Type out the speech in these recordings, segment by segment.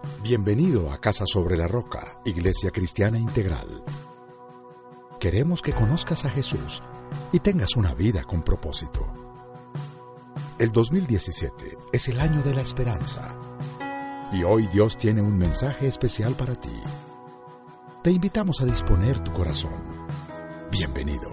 Bienvenido a Casa sobre la Roca, Iglesia Cristiana Integral. Queremos que conozcas a Jesús y tengas una vida con propósito. El 2017 es el año de la esperanza. Y hoy Dios tiene un mensaje especial para ti. Te invitamos a disponer tu corazón. Bienvenido.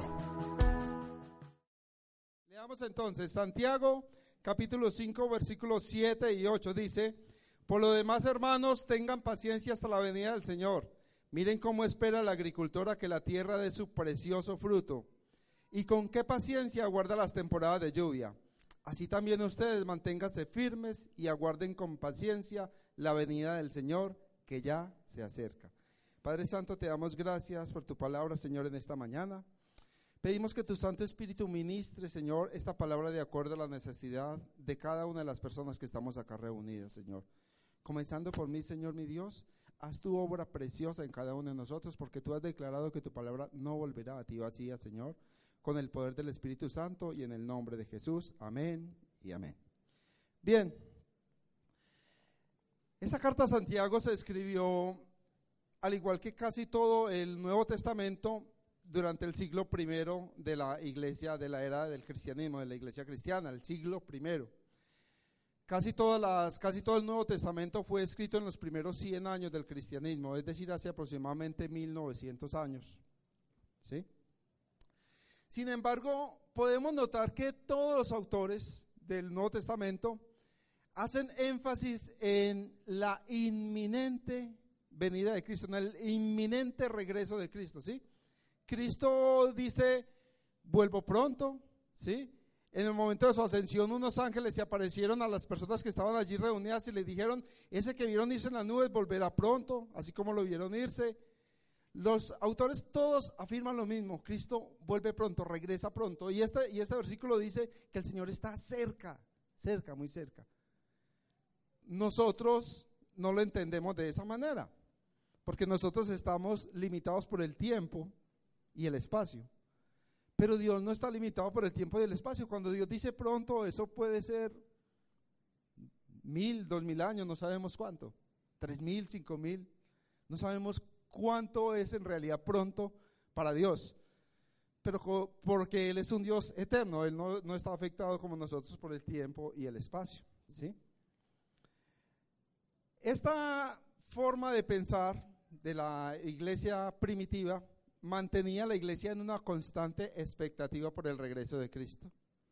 Leamos entonces Santiago capítulo 5 versículos 7 y 8 dice: por lo demás, hermanos, tengan paciencia hasta la venida del Señor. Miren cómo espera el agricultor a que la tierra dé su precioso fruto, y con qué paciencia aguarda las temporadas de lluvia. Así también ustedes manténganse firmes y aguarden con paciencia la venida del Señor, que ya se acerca. Padre Santo, te damos gracias por tu palabra, Señor, en esta mañana. Pedimos que tu Santo Espíritu ministre, Señor, esta palabra de acuerdo a la necesidad de cada una de las personas que estamos acá reunidas, Señor. Comenzando por mí, Señor mi Dios, haz tu obra preciosa en cada uno de nosotros, porque tú has declarado que tu palabra no volverá a ti vacía, Señor, con el poder del Espíritu Santo y en el nombre de Jesús. Amén y amén. Bien, esa carta a Santiago se escribió, al igual que casi todo el Nuevo Testamento, durante el siglo I de la iglesia, de la era del cristianismo, de la iglesia cristiana, el siglo I. Casi todo el Nuevo Testamento fue escrito en los primeros 100 años del cristianismo, es decir, hace aproximadamente 1900 años. ¿Sí? Sin embargo, podemos notar que todos los autores del Nuevo Testamento hacen énfasis en la inminente venida de Cristo, en el inminente regreso de Cristo. ¿Sí? Cristo dice: vuelvo pronto, ¿sí? En el momento de su ascensión, unos ángeles se aparecieron a las personas que estaban allí reunidas y le dijeron: ese que vieron irse en las nubes volverá pronto, así como lo vieron irse. Los autores todos afirman lo mismo: Cristo vuelve pronto, regresa pronto. Y este versículo dice que el Señor está cerca, muy cerca. Nosotros no lo entendemos de esa manera, porque nosotros estamos limitados por el tiempo y el espacio. Pero Dios no está limitado por el tiempo y el espacio. Cuando Dios dice pronto, eso puede ser 1000, 2000 años, no sabemos cuánto, 3000, 5000, no sabemos cuánto es en realidad pronto para Dios. Pero porque Él es un Dios eterno, Él no está afectado como nosotros por el tiempo y el espacio. ¿Sí? Esta forma de pensar de la iglesia primitiva mantenía a la iglesia en una constante expectativa por el regreso de Cristo.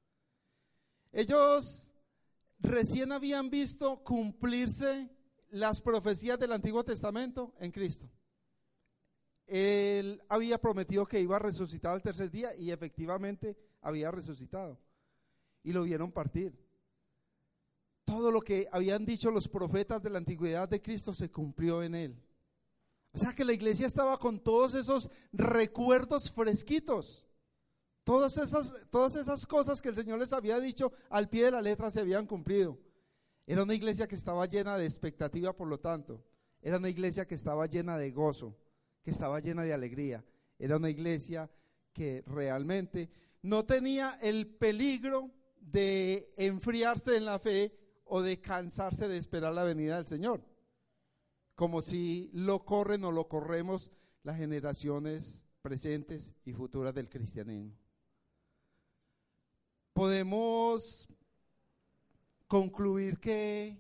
Ellos recién habían visto cumplirse las profecías del Antiguo Testamento en Cristo. Él había prometido que iba a resucitar al tercer día y efectivamente había resucitado. Y lo vieron partir. Todo lo que habían dicho los profetas de la antigüedad de Cristo se cumplió en Él. O sea que la iglesia estaba con todos esos recuerdos fresquitos. Todas esas cosas que el Señor les había dicho al pie de la letra se habían cumplido. Era una iglesia que estaba llena de expectativa, por lo tanto. Era una iglesia que estaba llena de gozo, que estaba llena de alegría. Era una iglesia que realmente no tenía el peligro de enfriarse en la fe o de cansarse de esperar la venida del Señor, como si lo corren o lo corremos las generaciones presentes y futuras del cristianismo. Podemos concluir que,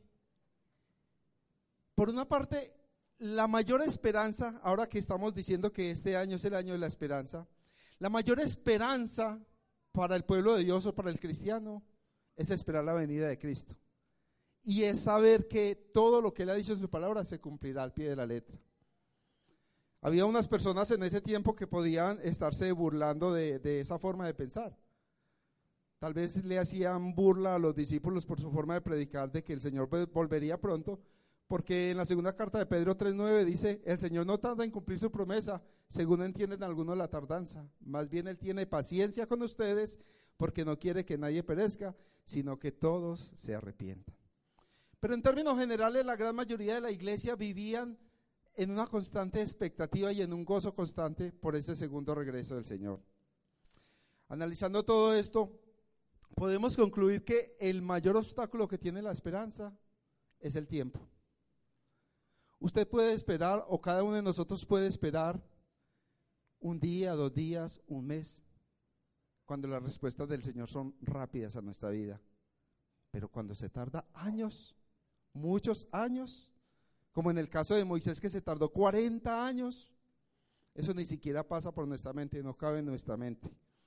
por una parte, la mayor esperanza, ahora que estamos diciendo que este año es el año de la esperanza, la mayor esperanza para el pueblo de Dios o para el cristiano es esperar la venida de Cristo. Y es saber que todo lo que Él ha dicho en su palabra se cumplirá al pie de la letra. Había unas personas en ese tiempo que podían estarse burlando de esa forma de pensar. Tal vez le hacían burla a los discípulos por su forma de predicar de que el Señor volvería pronto, porque en la segunda carta de Pedro 3:9 dice: el Señor no tarda en cumplir su promesa, según entienden algunos la tardanza, más bien Él tiene paciencia con ustedes, porque no quiere que nadie perezca, sino que todos se arrepientan. Pero en términos generales, la gran mayoría de la iglesia vivían en una constante expectativa y en un gozo constante por ese segundo regreso del Señor. Analizando todo esto, podemos concluir que el mayor obstáculo que tiene la esperanza es el tiempo. Usted puede esperar, o cada uno de nosotros puede esperar un día, 2 días, un mes, cuando las respuestas del Señor son rápidas a nuestra vida. Pero cuando se tarda años, muchos años, como en el caso de Moisés que se tardó 40 años, eso ni siquiera pasa por nuestra mente, no cabe en nuestra mente.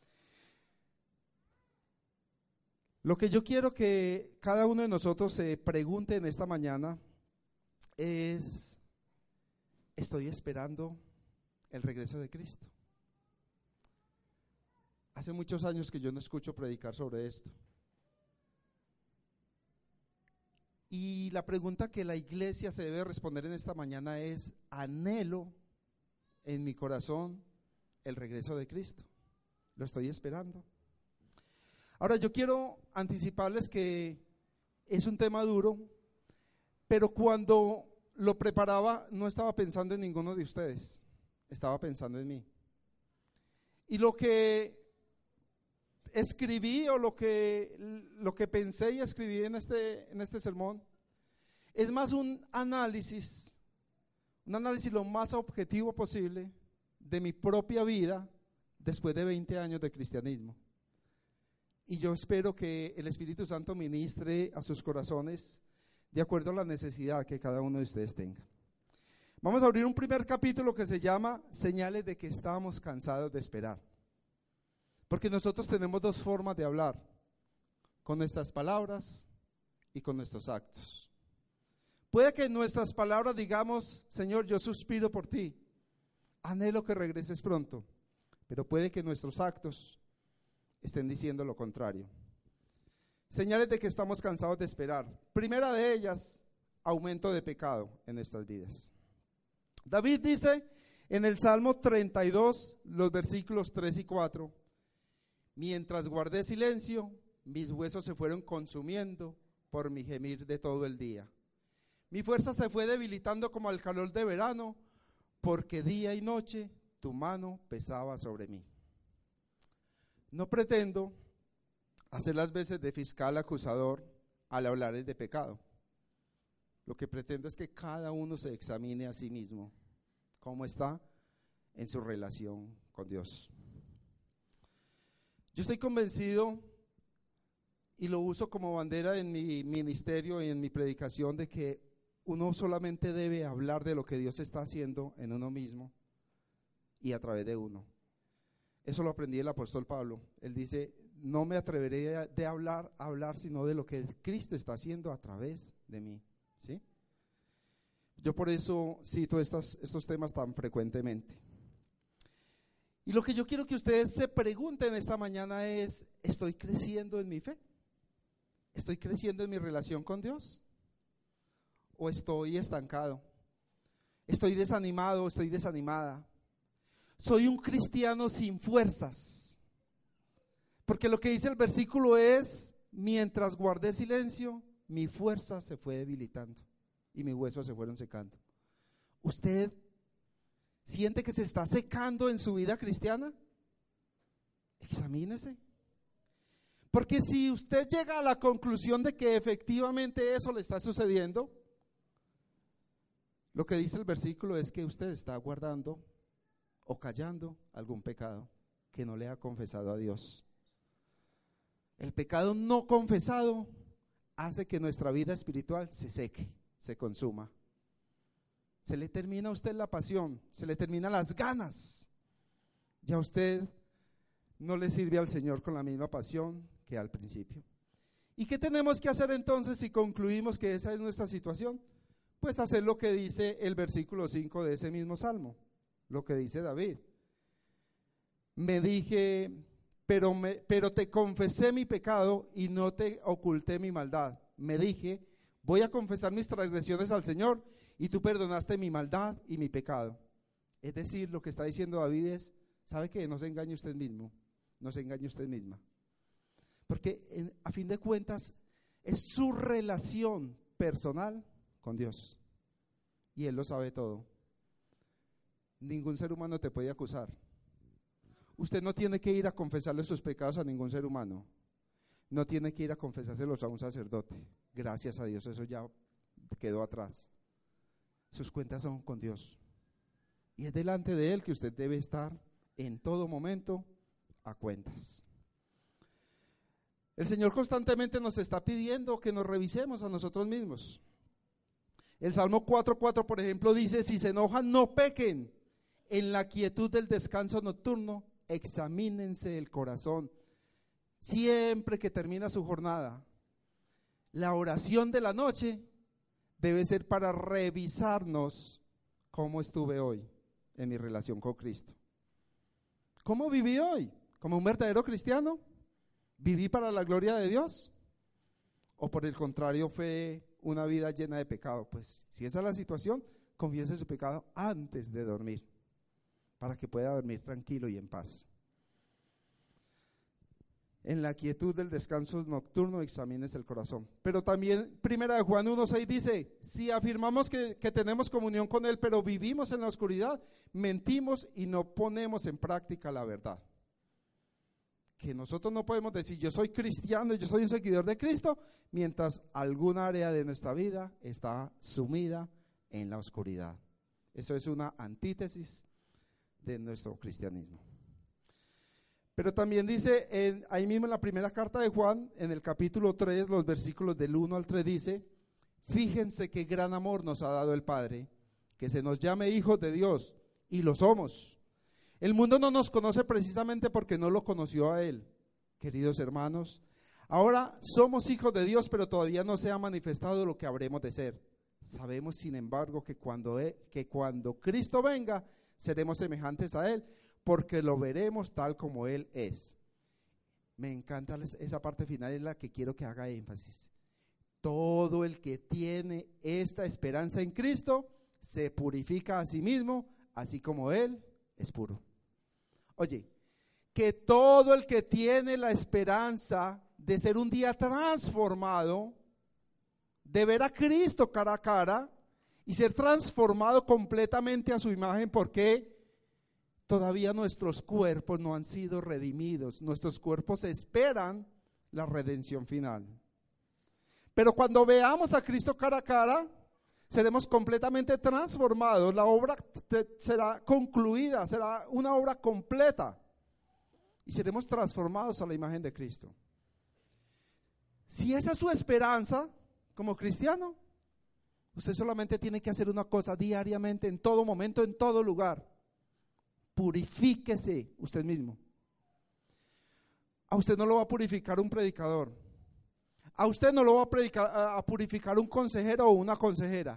Lo que yo quiero que cada uno de nosotros se pregunte en esta mañana es: ¿estoy esperando el regreso de Cristo? Hace muchos años que yo no escucho predicar sobre esto. Y la pregunta que la iglesia se debe responder en esta mañana es: ¿anhelo en mi corazón el regreso de Cristo? ¿Lo estoy esperando? Ahora, yo quiero anticiparles que es un tema duro, pero cuando lo preparaba no estaba pensando en ninguno de ustedes, estaba pensando en mí. Y lo que escribí, o lo que pensé y escribí en este sermón, es más un análisis lo más objetivo posible de mi propia vida después de 20 años de cristianismo. Y yo espero que el Espíritu Santo ministre a sus corazones de acuerdo a la necesidad que cada uno de ustedes tenga. Vamos a abrir un primer capítulo que se llama Señales de que estábamos cansados de esperar. Porque nosotros tenemos 2 formas de hablar: con nuestras palabras y con nuestros actos. Puede que en nuestras palabras digamos: Señor, yo suspiro por ti, anhelo que regreses pronto. Pero puede que nuestros actos estén diciendo lo contrario. Señales de que estamos cansados de esperar. Primera de ellas, aumento de pecado en nuestras vidas. David dice en el Salmo 32, los versículos 3 y 4: mientras guardé silencio, mis huesos se fueron consumiendo por mi gemir de todo el día. Mi fuerza se fue debilitando como al calor de verano, porque día y noche tu mano pesaba sobre mí. No pretendo hacer las veces de fiscal acusador al hablarles de pecado. Lo que pretendo es que cada uno se examine a sí mismo cómo está en su relación con Dios. Yo estoy convencido, y lo uso como bandera en mi ministerio y en mi predicación, de que uno solamente debe hablar de lo que Dios está haciendo en uno mismo y a través de uno. Eso lo aprendí del apóstol Pablo. Él dice: no me atreveré de hablar sino de lo que Cristo está haciendo a través de mí. ¿Sí? Yo por eso cito estos temas tan frecuentemente. Y lo que yo quiero que ustedes se pregunten esta mañana es: ¿estoy creciendo en mi fe? ¿Estoy creciendo en mi relación con Dios? ¿O estoy estancado? ¿Estoy desanimado? ¿Estoy desanimada? Soy un cristiano sin fuerzas. Porque lo que dice el versículo es: mientras guardé silencio, mi fuerza se fue debilitando y mis huesos se fueron secando. ¿Usted siente que se está secando en su vida cristiana? Examínese. Porque si usted llega a la conclusión de que efectivamente eso le está sucediendo, lo que dice el versículo es que usted está guardando o callando algún pecado que no le ha confesado a Dios. El pecado no confesado hace que nuestra vida espiritual se seque, se consuma. Se le termina a usted la pasión, se le terminan las ganas. Ya usted no le sirve al Señor con la misma pasión que al principio. ¿Y qué tenemos que hacer entonces si concluimos que esa es nuestra situación? Pues hacer lo que dice el versículo 5 de ese mismo salmo, lo que dice David. Me dije, pero te confesé mi pecado y no te oculté mi maldad. Me dije, voy a confesar mis transgresiones al Señor y tú perdonaste mi maldad y mi pecado. Es decir, lo que está diciendo David es: ¿sabe qué? No se engañe usted mismo, no se engañe usted misma. Porque a fin de cuentas es su relación personal con Dios y Él lo sabe todo. Ningún ser humano te puede acusar. Usted no tiene que ir a confesarle sus pecados a ningún ser humano. No tiene que ir a confesárselos a un sacerdote. Gracias a Dios, eso ya quedó atrás. sus cuentas son con Dios. Y es delante de Él que usted debe estar en todo momento a cuentas. El Señor constantemente nos está pidiendo que nos revisemos a nosotros mismos. El Salmo 4:4, por ejemplo, dice: si se enojan, no pequen. En la quietud del descanso nocturno, examínense el corazón. Siempre que termina su jornada, la oración de la noche debe ser para revisarnos cómo estuve hoy en mi relación con Cristo. ¿Cómo viví hoy? ¿Como un verdadero cristiano? ¿Viví para la gloria de Dios? ¿O por el contrario fue una vida llena de pecado? Pues si esa es la situación, confiese su pecado antes de dormir, para que pueda dormir tranquilo y en paz. En la quietud del descanso nocturno examines el corazón. Pero también 1 Juan 1:6 dice: si afirmamos que tenemos comunión con Él, pero vivimos en la oscuridad, mentimos y no ponemos en práctica la verdad. Que nosotros no podemos decir yo soy cristiano, yo soy un seguidor de Cristo, mientras alguna área de nuestra vida está sumida en la oscuridad. Eso es una antítesis de nuestro cristianismo. Pero también dice, ahí mismo en la primera carta de Juan, en el capítulo 3, los versículos del 1 al 3 dice: fíjense qué gran amor nos ha dado el Padre, que se nos llame hijos de Dios, y lo somos. El mundo no nos conoce precisamente porque no lo conoció a Él. Queridos hermanos, ahora somos hijos de Dios, pero todavía no se ha manifestado lo que habremos de ser. Sabemos, sin embargo, que cuando Cristo venga, seremos semejantes a Él, porque lo veremos tal como Él es. Me encanta esa parte final, en la que quiero que haga énfasis. Todo el que tiene esta esperanza en Cristo se purifica a sí mismo, así como Él es puro. Oye, que todo el que tiene la esperanza de ser un día transformado, de ver a Cristo cara a cara y ser transformado completamente a su imagen, porque todavía nuestros cuerpos no han sido redimidos, nuestros cuerpos esperan la redención final. Pero cuando veamos a Cristo cara a cara, seremos completamente transformados, la obra será concluida, será una obra completa y seremos transformados a la imagen de Cristo. Si esa es su esperanza como cristiano, usted solamente tiene que hacer una cosa diariamente, en todo momento, en todo lugar: purifíquese usted mismo. A usted no lo va a purificar un predicador. A usted no lo va a purificar un consejero o una consejera.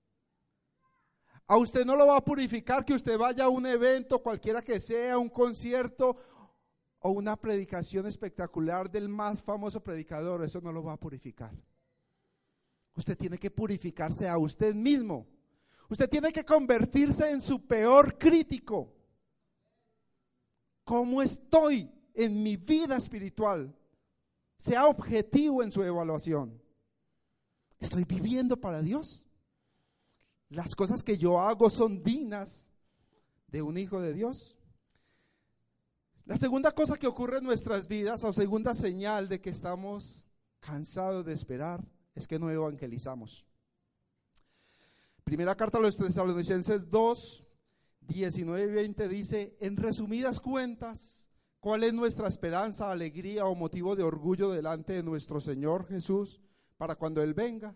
A usted no lo va a purificar que usted vaya a un evento, cualquiera que sea, un concierto o una predicación espectacular del más famoso predicador. Eso no lo va a purificar. Usted tiene que purificarse a usted mismo. Usted tiene que convertirse en su peor crítico. ¿Cómo estoy en mi vida espiritual? Sea objetivo en su evaluación. ¿Estoy viviendo para Dios? ¿Las cosas que yo hago son dignas de un hijo de Dios? La segunda cosa que ocurre en nuestras vidas, o segunda señal de que estamos cansados de esperar, es que no evangelizamos. Primera carta a los Tesalonicenses 2, 19 y 20 dice: en resumidas cuentas, ¿cuál es nuestra esperanza, alegría o motivo de orgullo delante de nuestro Señor Jesús para cuando Él venga?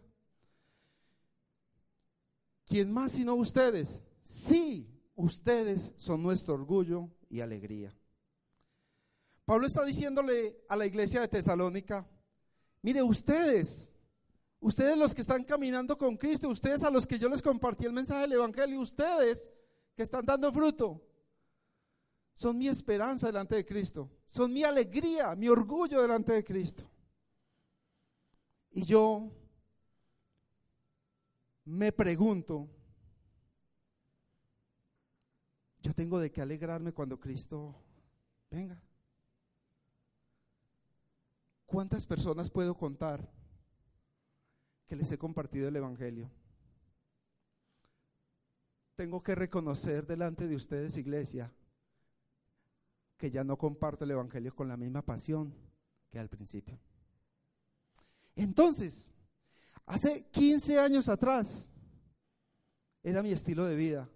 ¿Quién más sino ustedes? Sí, ustedes son nuestro orgullo y alegría. Pablo está diciéndole a la iglesia de Tesalónica: mire, ustedes los que están caminando con Cristo, ustedes a los que yo les compartí el mensaje del evangelio, ustedes que están dando fruto, son mi esperanza delante de Cristo, son mi alegría, mi orgullo delante de Cristo. Y yo me pregunto, ¿yo tengo de qué alegrarme cuando Cristo venga? ¿Cuántas personas puedo contar que les he compartido el evangelio? Tengo que reconocer delante de ustedes, iglesia, que ya no comparto el evangelio con la misma pasión que al principio. Entonces, hace 15 años atrás, era mi estilo de vida.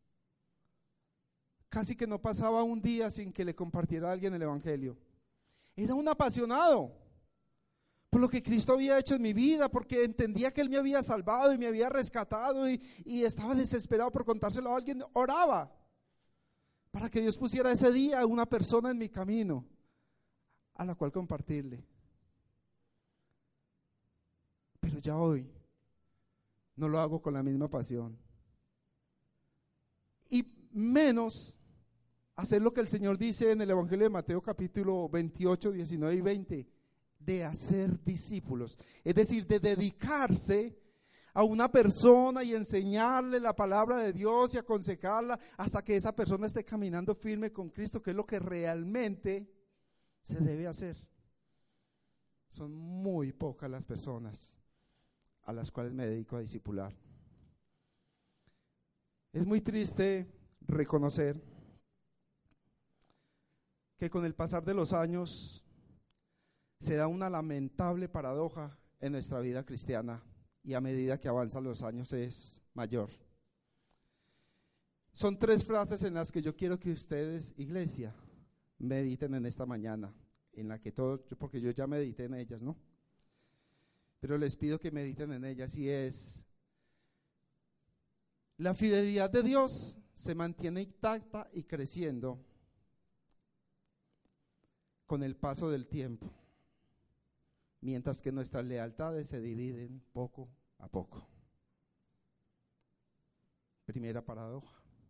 Casi que no pasaba un día sin que le compartiera a alguien el evangelio. Era un apasionado por lo que Cristo había hecho en mi vida, porque entendía que Él me había salvado y me había rescatado y estaba desesperado por contárselo a alguien. Oraba para que Dios pusiera ese día a una persona en mi camino a la cual compartirle. Pero ya hoy no lo hago con la misma pasión. Y menos hacer lo que el Señor dice en el Evangelio de Mateo capítulo 28, 19 y 20, de hacer discípulos. Es decir, de dedicarse a una persona y enseñarle la palabra de Dios y aconsejarla hasta que esa persona esté caminando firme con Cristo, que es lo que realmente se debe hacer. Son muy pocas las personas a las cuales me dedico a discipular. Es muy triste reconocer que con el pasar de los años se da una lamentable paradoja en nuestra vida cristiana, y a medida que avanzan los años es mayor. Son 3 frases en las que yo quiero que ustedes, iglesia, mediten en esta mañana, en la que todos, porque yo ya medité en ellas, ¿no? Pero les pido que mediten en ellas, y es: la fidelidad de Dios se mantiene intacta y creciendo con el paso del tiempo, mientras que nuestras lealtades se dividen poco a poco. Primera paradoja.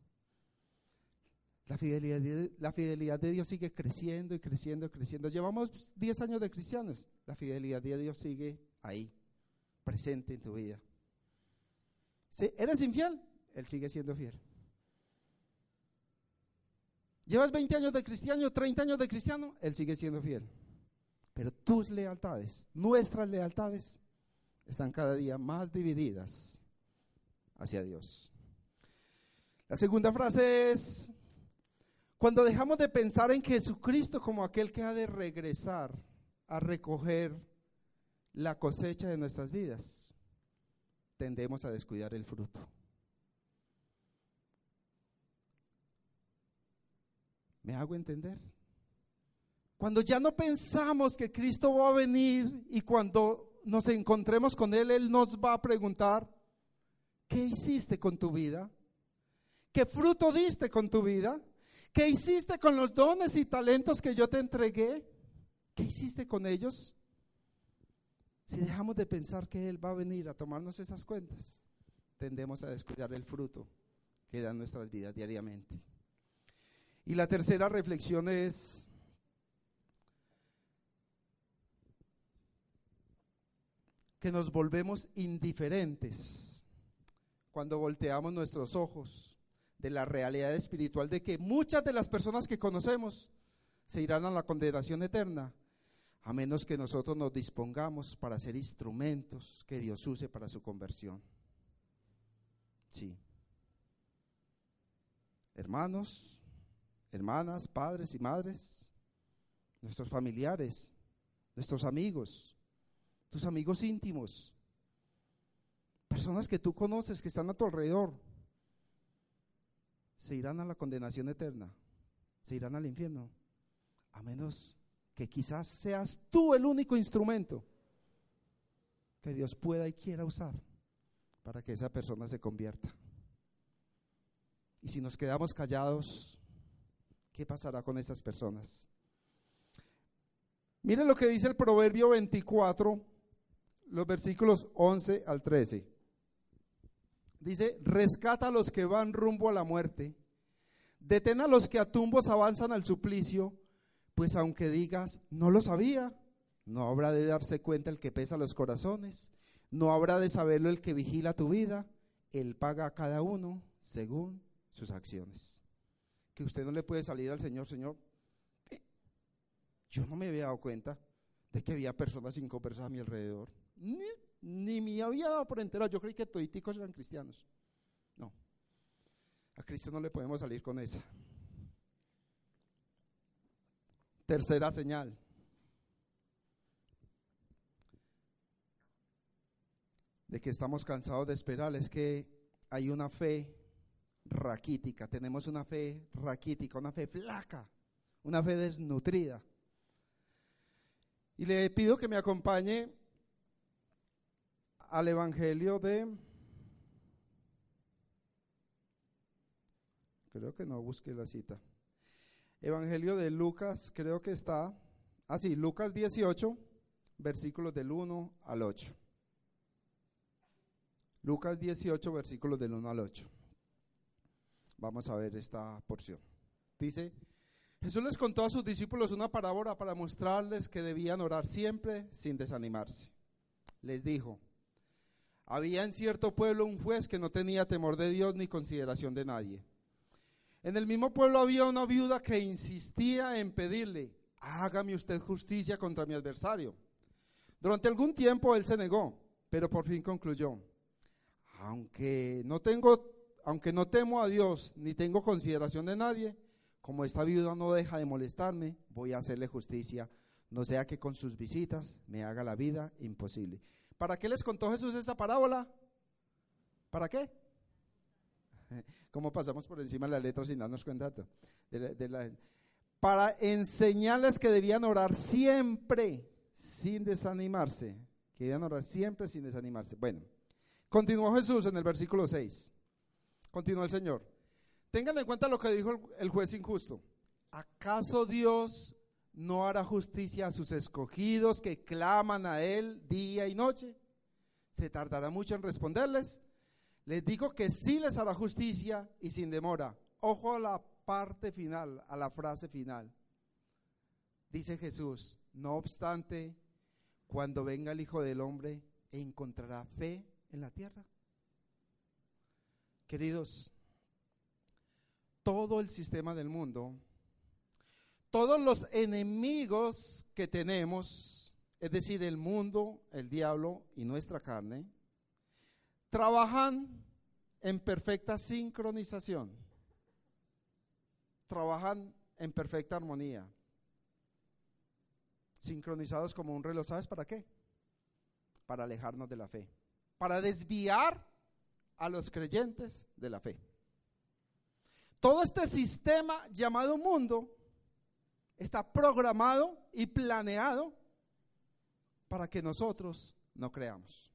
La fidelidad de Dios sigue creciendo y creciendo y creciendo. Llevamos 10 años de cristianos. La fidelidad de Dios sigue ahí, presente en tu vida. Si eres infiel, Él sigue siendo fiel. Llevas 20 años de cristiano, 30 años de cristiano, Él sigue siendo fiel. Pero tus lealtades, nuestras lealtades, están cada día más divididas hacia Dios. La segunda frase es: cuando dejamos de pensar en Jesucristo como aquel que ha de regresar a recoger la cosecha de nuestras vidas, tendemos a descuidar el fruto. ¿Me hago entender? Cuando ya no pensamos que Cristo va a venir y cuando nos encontremos con Él, Él nos va a preguntar: ¿qué hiciste con tu vida? ¿Qué fruto diste con tu vida? ¿Qué hiciste con los dones y talentos que yo te entregué? ¿Qué hiciste con ellos? Si dejamos de pensar que Él va a venir a tomarnos esas cuentas, tendemos a descuidar el fruto que da en nuestras vidas diariamente. Y la tercera reflexión es: que nos volvemos indiferentes cuando volteamos nuestros ojos de la realidad espiritual de que muchas de las personas que conocemos se irán a la condenación eterna, a menos que nosotros nos dispongamos para ser instrumentos que Dios use para su conversión. Sí. Hermanos, hermanas, padres y madres, nuestros familiares, nuestros amigos, tus amigos íntimos, personas que tú conoces que están a tu alrededor, se irán a la condenación eterna, se irán al infierno, a menos que quizás seas tú el único instrumento que Dios pueda y quiera usar para que esa persona se convierta. Y si nos quedamos callados, ¿qué pasará con esas personas? Miren lo que dice el Proverbio 24, los versículos 11 al 13. Dice: rescata a los que van rumbo a la muerte, detén a los que a tumbos avanzan al suplicio, pues aunque digas, no lo sabía, no habrá de darse cuenta el que pesa los corazones, no habrá de saberlo el que vigila tu vida, Él paga a cada uno según sus acciones. Que usted no le puede salir al Señor: Señor, yo no me había dado cuenta de que había personas inconversas a mi alrededor, ni me había dado por enterado, yo creí que toditicos eran cristianos. No, a Cristo no le podemos salir con esa. Tercera señal: de que estamos cansados de esperar, es que hay una fe raquítica, tenemos una fe raquítica, una fe flaca, una fe desnutrida. Y le pido que me acompañe al Evangelio creo que no busqué la cita. Evangelio de Lucas, creo que está, Lucas 18, versículos del 1 al 8. Lucas 18, versículos del 1 al 8. Vamos a ver esta porción. Dice: Jesús les contó a sus discípulos una parábola para mostrarles que debían orar siempre sin desanimarse. Les dijo: había en cierto pueblo un juez que no tenía temor de Dios ni consideración de nadie. En el mismo pueblo había una viuda que insistía en pedirle: hágame usted justicia contra mi adversario. Durante algún tiempo él se negó, pero por fin concluyó: aunque no temo a Dios ni tengo consideración de nadie, como esta viuda no deja de molestarme, voy a hacerle justicia, no sea que con sus visitas me haga la vida imposible. ¿Para qué les contó Jesús esa parábola? ¿Para qué? ¿Cómo pasamos por encima de la letra sin darnos cuenta? Para enseñarles que debían orar siempre sin desanimarse. Que debían orar siempre sin desanimarse. Bueno, continuó Jesús en el versículo 6. Continuó el Señor: tengan en cuenta lo que dijo el juez injusto. ¿Acaso Dios no hará justicia a sus escogidos que claman a Él día y noche? ¿Se tardará mucho en responderles? Les digo que sí les hará justicia y sin demora. Ojo a la parte final, a la frase final. Dice Jesús: no obstante, cuando venga el Hijo del Hombre, ¿encontrará fe en la tierra? Queridos, todo el sistema del mundo, todos los enemigos que tenemos, es decir, el mundo, el diablo y nuestra carne, trabajan en perfecta sincronización, trabajan en perfecta armonía, sincronizados como un reloj. ¿Sabes para qué? Para alejarnos de la fe, para desviar a los creyentes de la fe. Todo este sistema llamado mundo está programado y planeado para que nosotros no creamos.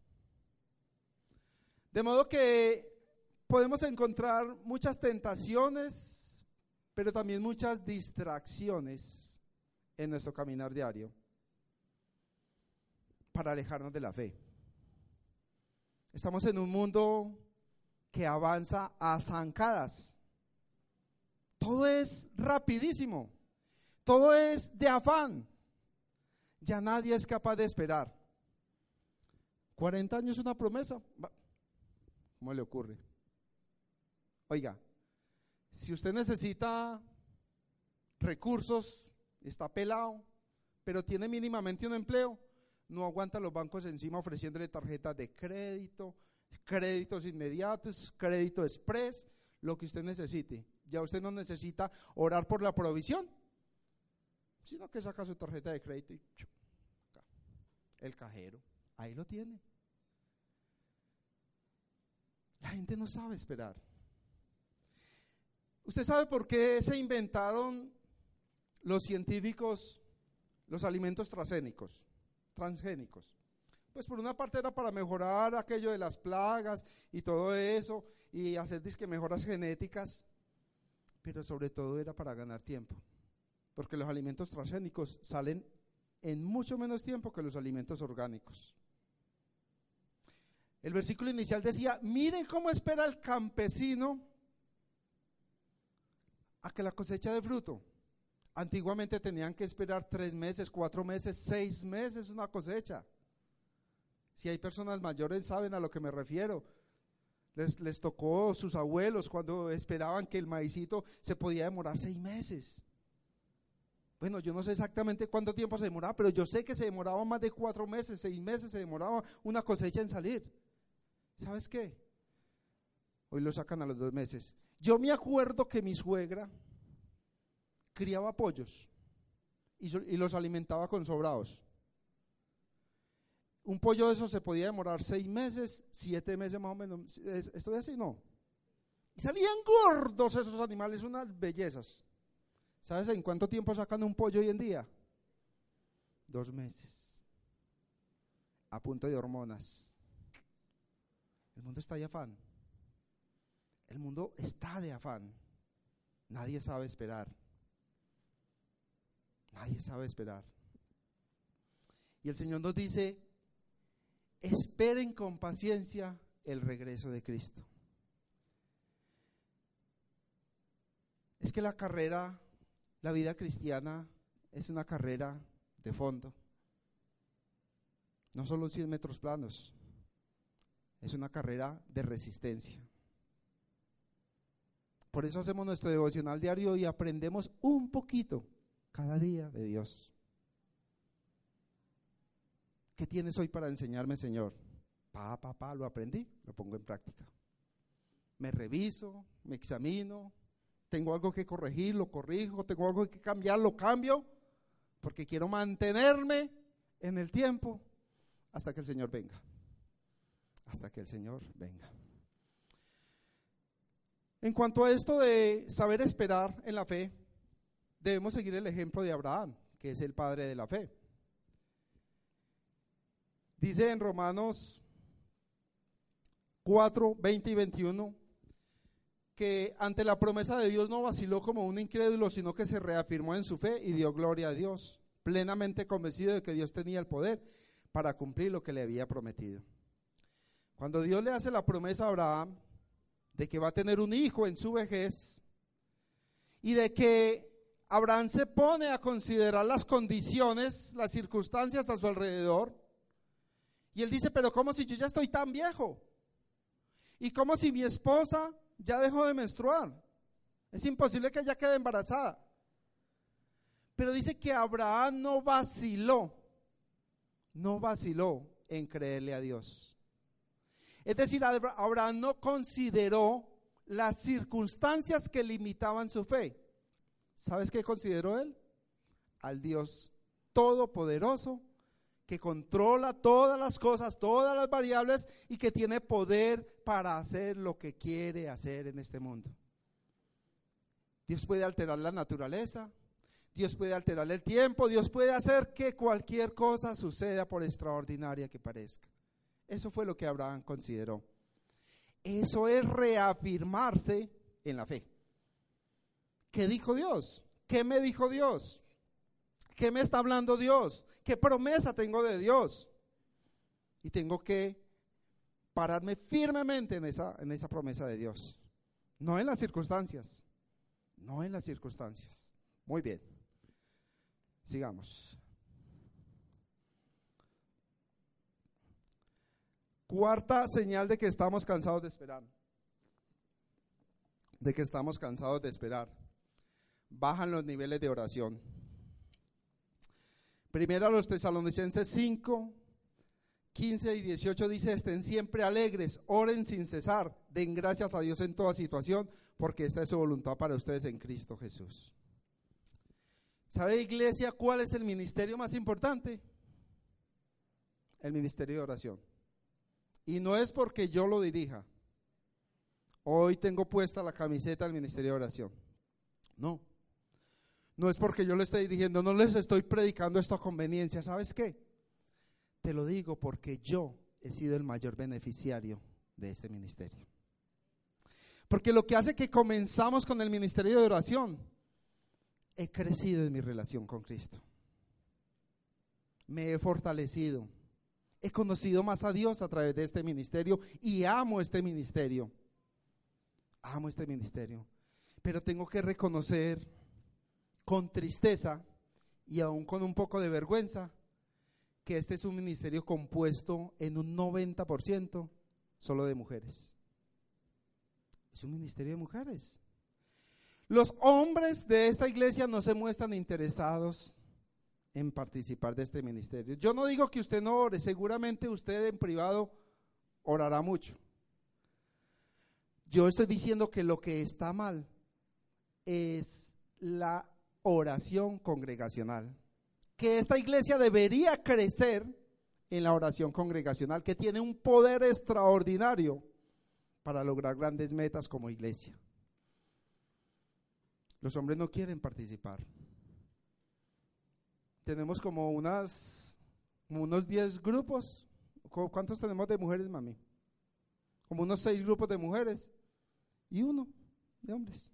De modo que podemos encontrar muchas tentaciones, pero también muchas distracciones en nuestro caminar diario para alejarnos de la fe. Estamos en un mundo que avanza a zancadas. Todo es rapidísimo, todo es de afán. Ya nadie es capaz de esperar. 40 años es una promesa. ¿Cómo le ocurre? Oiga, si usted necesita recursos, está pelado, pero tiene mínimamente un empleo, no aguanta los bancos encima ofreciéndole tarjetas de crédito, créditos inmediatos, crédito express, lo que usted necesite. Ya usted no necesita orar por la provisión, sino que saca su tarjeta de crédito y el cajero, ahí lo tiene. La gente no sabe esperar. ¿Usted sabe por qué se inventaron los científicos los alimentos transgénicos? Pues por una parte era para mejorar aquello de las plagas y todo eso, y hacer disque mejoras genéticas, pero sobre todo era para ganar tiempo, porque los alimentos transgénicos salen en mucho menos tiempo que los alimentos orgánicos. El versículo inicial decía: miren cómo espera el campesino a que la cosecha dé fruto. Antiguamente tenían que esperar 3 meses, 4 meses, 6 meses una cosecha. Si hay personas mayores saben a lo que me refiero. Les tocó sus abuelos cuando esperaban que el maicito se podía demorar 6 meses. Bueno, yo no sé exactamente cuánto tiempo se demoraba, pero yo sé que se demoraba más de 4 meses, 6 meses se demoraba una cosecha en salir. ¿Sabes qué? Hoy lo sacan a los 2 meses. Yo me acuerdo que mi suegra criaba pollos y los alimentaba con sobrados. un pollo de eso se podía demorar 6 meses, 7 meses más o menos. ¿Estoy así? No. Y salían gordos esos animales, unas bellezas. ¿Sabes en cuánto tiempo sacan un pollo hoy en día? 2 meses. A punto de hormonas. El mundo está de afán. El mundo está de afán. Nadie sabe esperar. Nadie sabe esperar. Y el Señor nos dice, esperen con paciencia el regreso de Cristo. Es que la carrera, la vida cristiana es una carrera de fondo. No solo 100 metros planos, es una carrera de resistencia. Por eso hacemos nuestro devocional diario y aprendemos un poquito cada día de Dios. ¿Qué tienes hoy para enseñarme, Señor? Lo aprendí, lo pongo en práctica. Me reviso, me examino, tengo algo que corregir, lo corrijo, tengo algo que cambiar, lo cambio, porque quiero mantenerme en el tiempo hasta que el Señor venga. Hasta que el Señor venga. En cuanto a esto de saber esperar en la fe, debemos seguir el ejemplo de Abraham, que es el padre de la fe. Dice en Romanos 4, 20 y 21, que ante la promesa de Dios no vaciló como un incrédulo, sino que se reafirmó en su fe y dio gloria a Dios, plenamente convencido de que Dios tenía el poder para cumplir lo que le había prometido. Cuando Dios le hace la promesa a Abraham de que va a tener un hijo en su vejez y de que Abraham se pone a considerar las condiciones, las circunstancias a su alrededor, y él dice, pero ¿cómo si yo ya estoy tan viejo? ¿Y cómo si mi esposa ya dejó de menstruar? Es imposible que ella quede embarazada. Pero dice que Abraham no vaciló en creerle a Dios. Es decir, Abraham no consideró las circunstancias que limitaban su fe. ¿Sabes qué consideró él? Al Dios todopoderoso, que controla todas las cosas, todas las variables y que tiene poder para hacer lo que quiere hacer en este mundo. Dios puede alterar la naturaleza, Dios puede alterar el tiempo, Dios puede hacer que cualquier cosa suceda por extraordinaria que parezca. Eso fue lo que Abraham consideró. Eso es reafirmarse en la fe. ¿Qué dijo Dios? ¿Qué me dijo Dios? ¿Qué me está hablando Dios? ¿Qué promesa tengo de Dios? Y tengo que pararme firmemente en esa promesa de Dios. No en las circunstancias. No en las circunstancias. Muy bien. Sigamos. Cuarta señal de que estamos cansados de esperar. De que estamos cansados de esperar. Bajan los niveles de oración. Primero a los Tesalonicenses 5, 15 y 18 dice, estén siempre alegres, oren sin cesar, den gracias a Dios en toda situación, porque esta es su voluntad para ustedes en Cristo Jesús. ¿Sabe, iglesia, cuál es el ministerio más importante? El ministerio de oración. Y no es porque yo lo dirija. Hoy tengo puesta la camiseta del ministerio de oración. No. No es porque yo lo esté dirigiendo, no les estoy predicando esto a conveniencia. ¿Sabes qué? Te lo digo porque yo he sido el mayor beneficiario de este ministerio. Porque lo que hace que comenzamos con el ministerio de oración, he crecido en mi relación con Cristo. Me he fortalecido. He conocido más a Dios a través de este ministerio y amo este ministerio. Amo este ministerio. Pero tengo que reconocer con tristeza y aún con un poco de vergüenza que este es un ministerio compuesto en un 90% solo de mujeres. Es un ministerio de mujeres. Los hombres de esta iglesia no se muestran interesados en participar de este ministerio. Yo no digo que usted no ore, seguramente usted en privado orará mucho. Yo estoy diciendo que lo que está mal es la oración congregacional, que esta iglesia debería crecer en la oración congregacional, que tiene un poder extraordinario para lograr grandes metas como iglesia. Los hombres no quieren participar. Tenemos como unos 10 grupos. ¿Cuántos tenemos de mujeres, mami? Como unos 6 grupos de mujeres y 1 de hombres.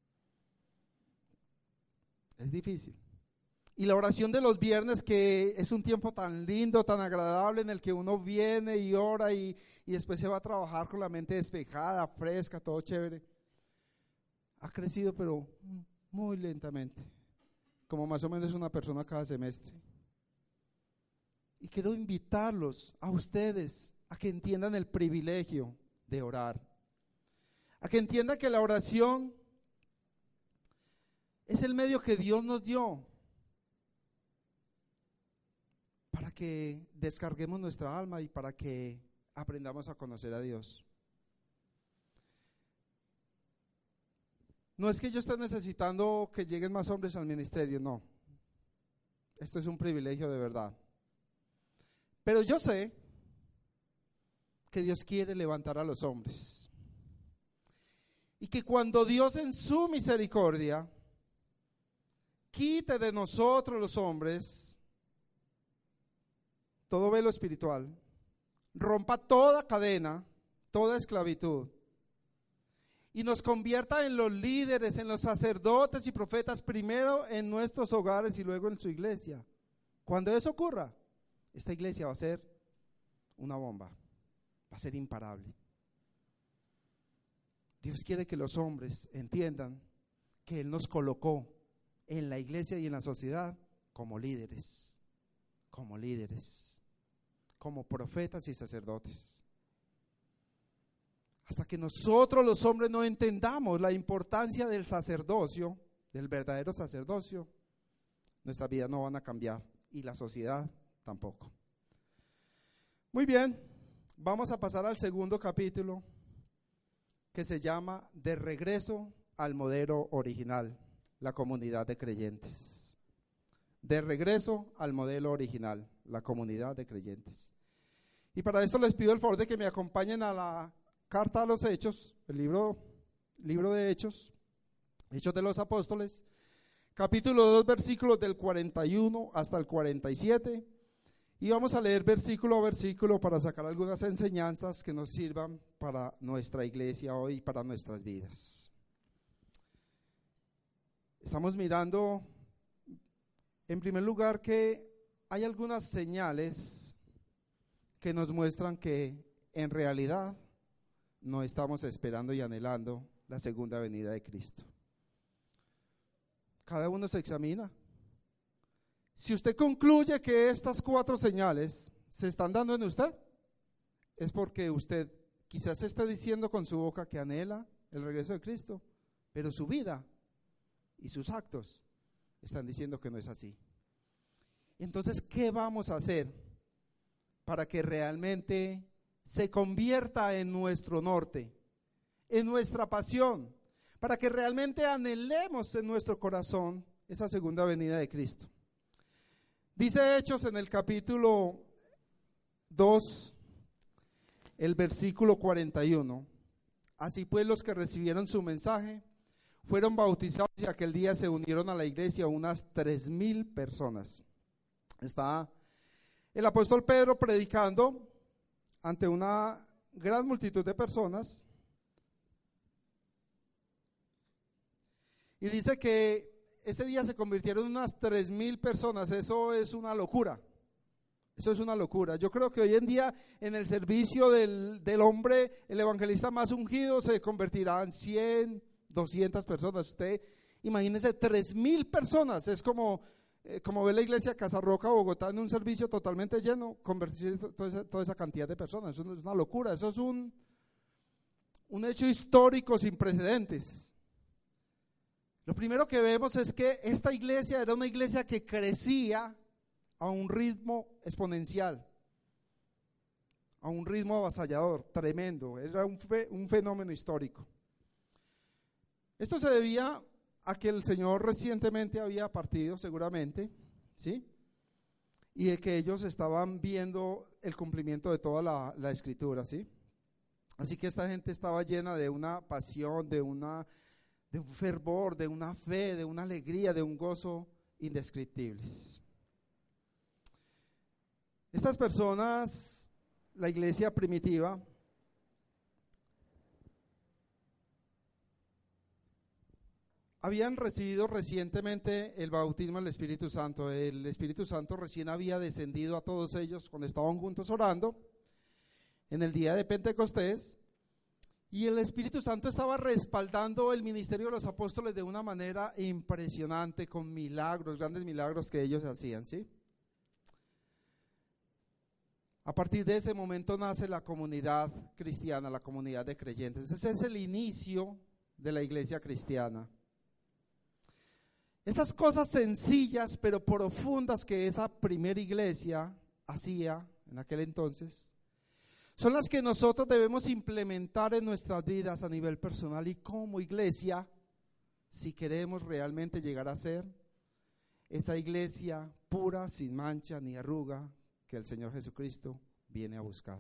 Es difícil. Y la oración de los viernes, que es un tiempo tan lindo, tan agradable, en el que uno viene y ora y después se va a trabajar con la mente despejada, fresca, todo chévere. Ha crecido, pero muy lentamente, como más o menos una persona cada semestre. Y quiero invitarlos a ustedes a que entiendan el privilegio de orar, a que entiendan que la oración es el medio que Dios nos dio para que descarguemos nuestra alma y para que aprendamos a conocer a Dios. No es que yo esté necesitando que lleguen más hombres al ministerio, no. Esto es un privilegio de verdad. Pero yo sé que Dios quiere levantar a los hombres. Y que cuando Dios en su misericordia quite de nosotros los hombres todo velo espiritual, rompa toda cadena, toda esclavitud, y nos convierta en los líderes, en los sacerdotes y profetas, primero en nuestros hogares y luego en su iglesia. Cuando eso ocurra, esta iglesia va a ser una bomba, va a ser imparable. Dios quiere que los hombres entiendan que Él nos colocó en la iglesia y en la sociedad como líderes, como profetas y sacerdotes. Hasta que nosotros los hombres no entendamos la importancia del sacerdocio, del verdadero sacerdocio, nuestras vidas no van a cambiar y la sociedad tampoco. Muy bien, vamos a pasar al segundo capítulo, que se llama De regreso al modelo original, la comunidad de creyentes. De regreso al modelo original, la comunidad de creyentes. Y para esto les pido el favor de que me acompañen a la carta a los Hechos, el libro de Hechos, Hechos de los Apóstoles, capítulo 2, versículos del 41 hasta el 47, y vamos a leer versículo a versículo para sacar algunas enseñanzas que nos sirvan para nuestra iglesia hoy y para nuestras vidas. Estamos mirando, en primer lugar, que hay algunas señales que nos muestran que en realidad no estamos esperando y anhelando la segunda venida de Cristo. Cada uno se examina. Si usted concluye que estas 4 señales se están dando en usted, es porque usted quizás está diciendo con su boca que anhela el regreso de Cristo, pero su vida y sus actos están diciendo que no es así. Entonces, ¿qué vamos a hacer para que realmente se convierta en nuestro norte, en nuestra pasión, para que realmente anhelemos en nuestro corazón esa segunda venida de Cristo? Dice Hechos en el capítulo 2, el versículo 41, así pues los que recibieron su mensaje fueron bautizados y aquel día se unieron a la iglesia unas 3,000 personas. Está el apóstol Pedro predicando ante una gran multitud de personas y dice que ese día se convirtieron en unas 3,000 personas. Eso es una locura. Eso es una locura. Yo creo que hoy en día en el servicio del hombre, el evangelista más ungido, se convertirán 100, 200 personas. Usted imagínese 3,000 personas. Es como ve la iglesia Casarroca, Bogotá, en un servicio totalmente lleno, convertir toda esa cantidad de personas. Eso es una locura. Eso es un hecho histórico sin precedentes. Lo primero que vemos es que esta iglesia era una iglesia que crecía a un ritmo exponencial, a un ritmo avasallador, tremendo. Era un fenómeno histórico. Esto se debía a que el Señor recientemente había partido, seguramente, ¿sí? y de que ellos estaban viendo el cumplimiento de toda la escritura, ¿sí? Así que esta gente estaba llena de una pasión, de un fervor, de una fe, de una alegría, de un gozo indescriptibles. Estas personas, la iglesia primitiva, habían recibido recientemente el bautismo del Espíritu Santo. El Espíritu Santo recién había descendido a todos ellos cuando estaban juntos orando en el día de Pentecostés, y el Espíritu Santo estaba respaldando el ministerio de los apóstoles de una manera impresionante, con milagros, grandes milagros que ellos hacían, ¿sí? A partir de ese momento nace la comunidad cristiana, la comunidad de creyentes. Ese es el inicio de la iglesia cristiana. Esas cosas sencillas pero profundas que esa primera iglesia hacía en aquel entonces, son las que nosotros debemos implementar en nuestras vidas a nivel personal y como iglesia, si queremos realmente llegar a ser esa iglesia pura, sin mancha ni arruga, que el Señor Jesucristo viene a buscar.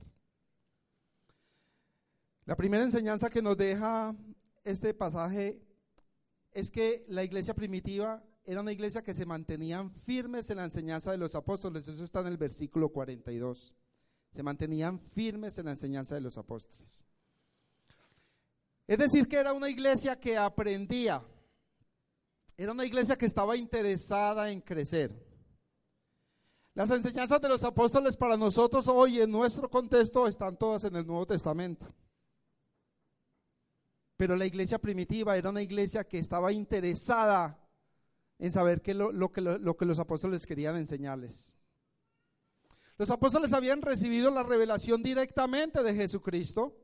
La primera enseñanza que nos deja este pasaje es que la iglesia primitiva era una iglesia que se mantenían firmes en la enseñanza de los apóstoles. Eso está en el versículo 42. Se mantenían firmes en la enseñanza de los apóstoles. Es decir, que era una iglesia que aprendía. Era una iglesia que estaba interesada en crecer. Las enseñanzas de los apóstoles para nosotros hoy en nuestro contexto están todas en el Nuevo Testamento. Pero la iglesia primitiva era una iglesia que estaba interesada en saber lo que los apóstoles querían enseñarles. Los apóstoles habían recibido la revelación directamente de Jesucristo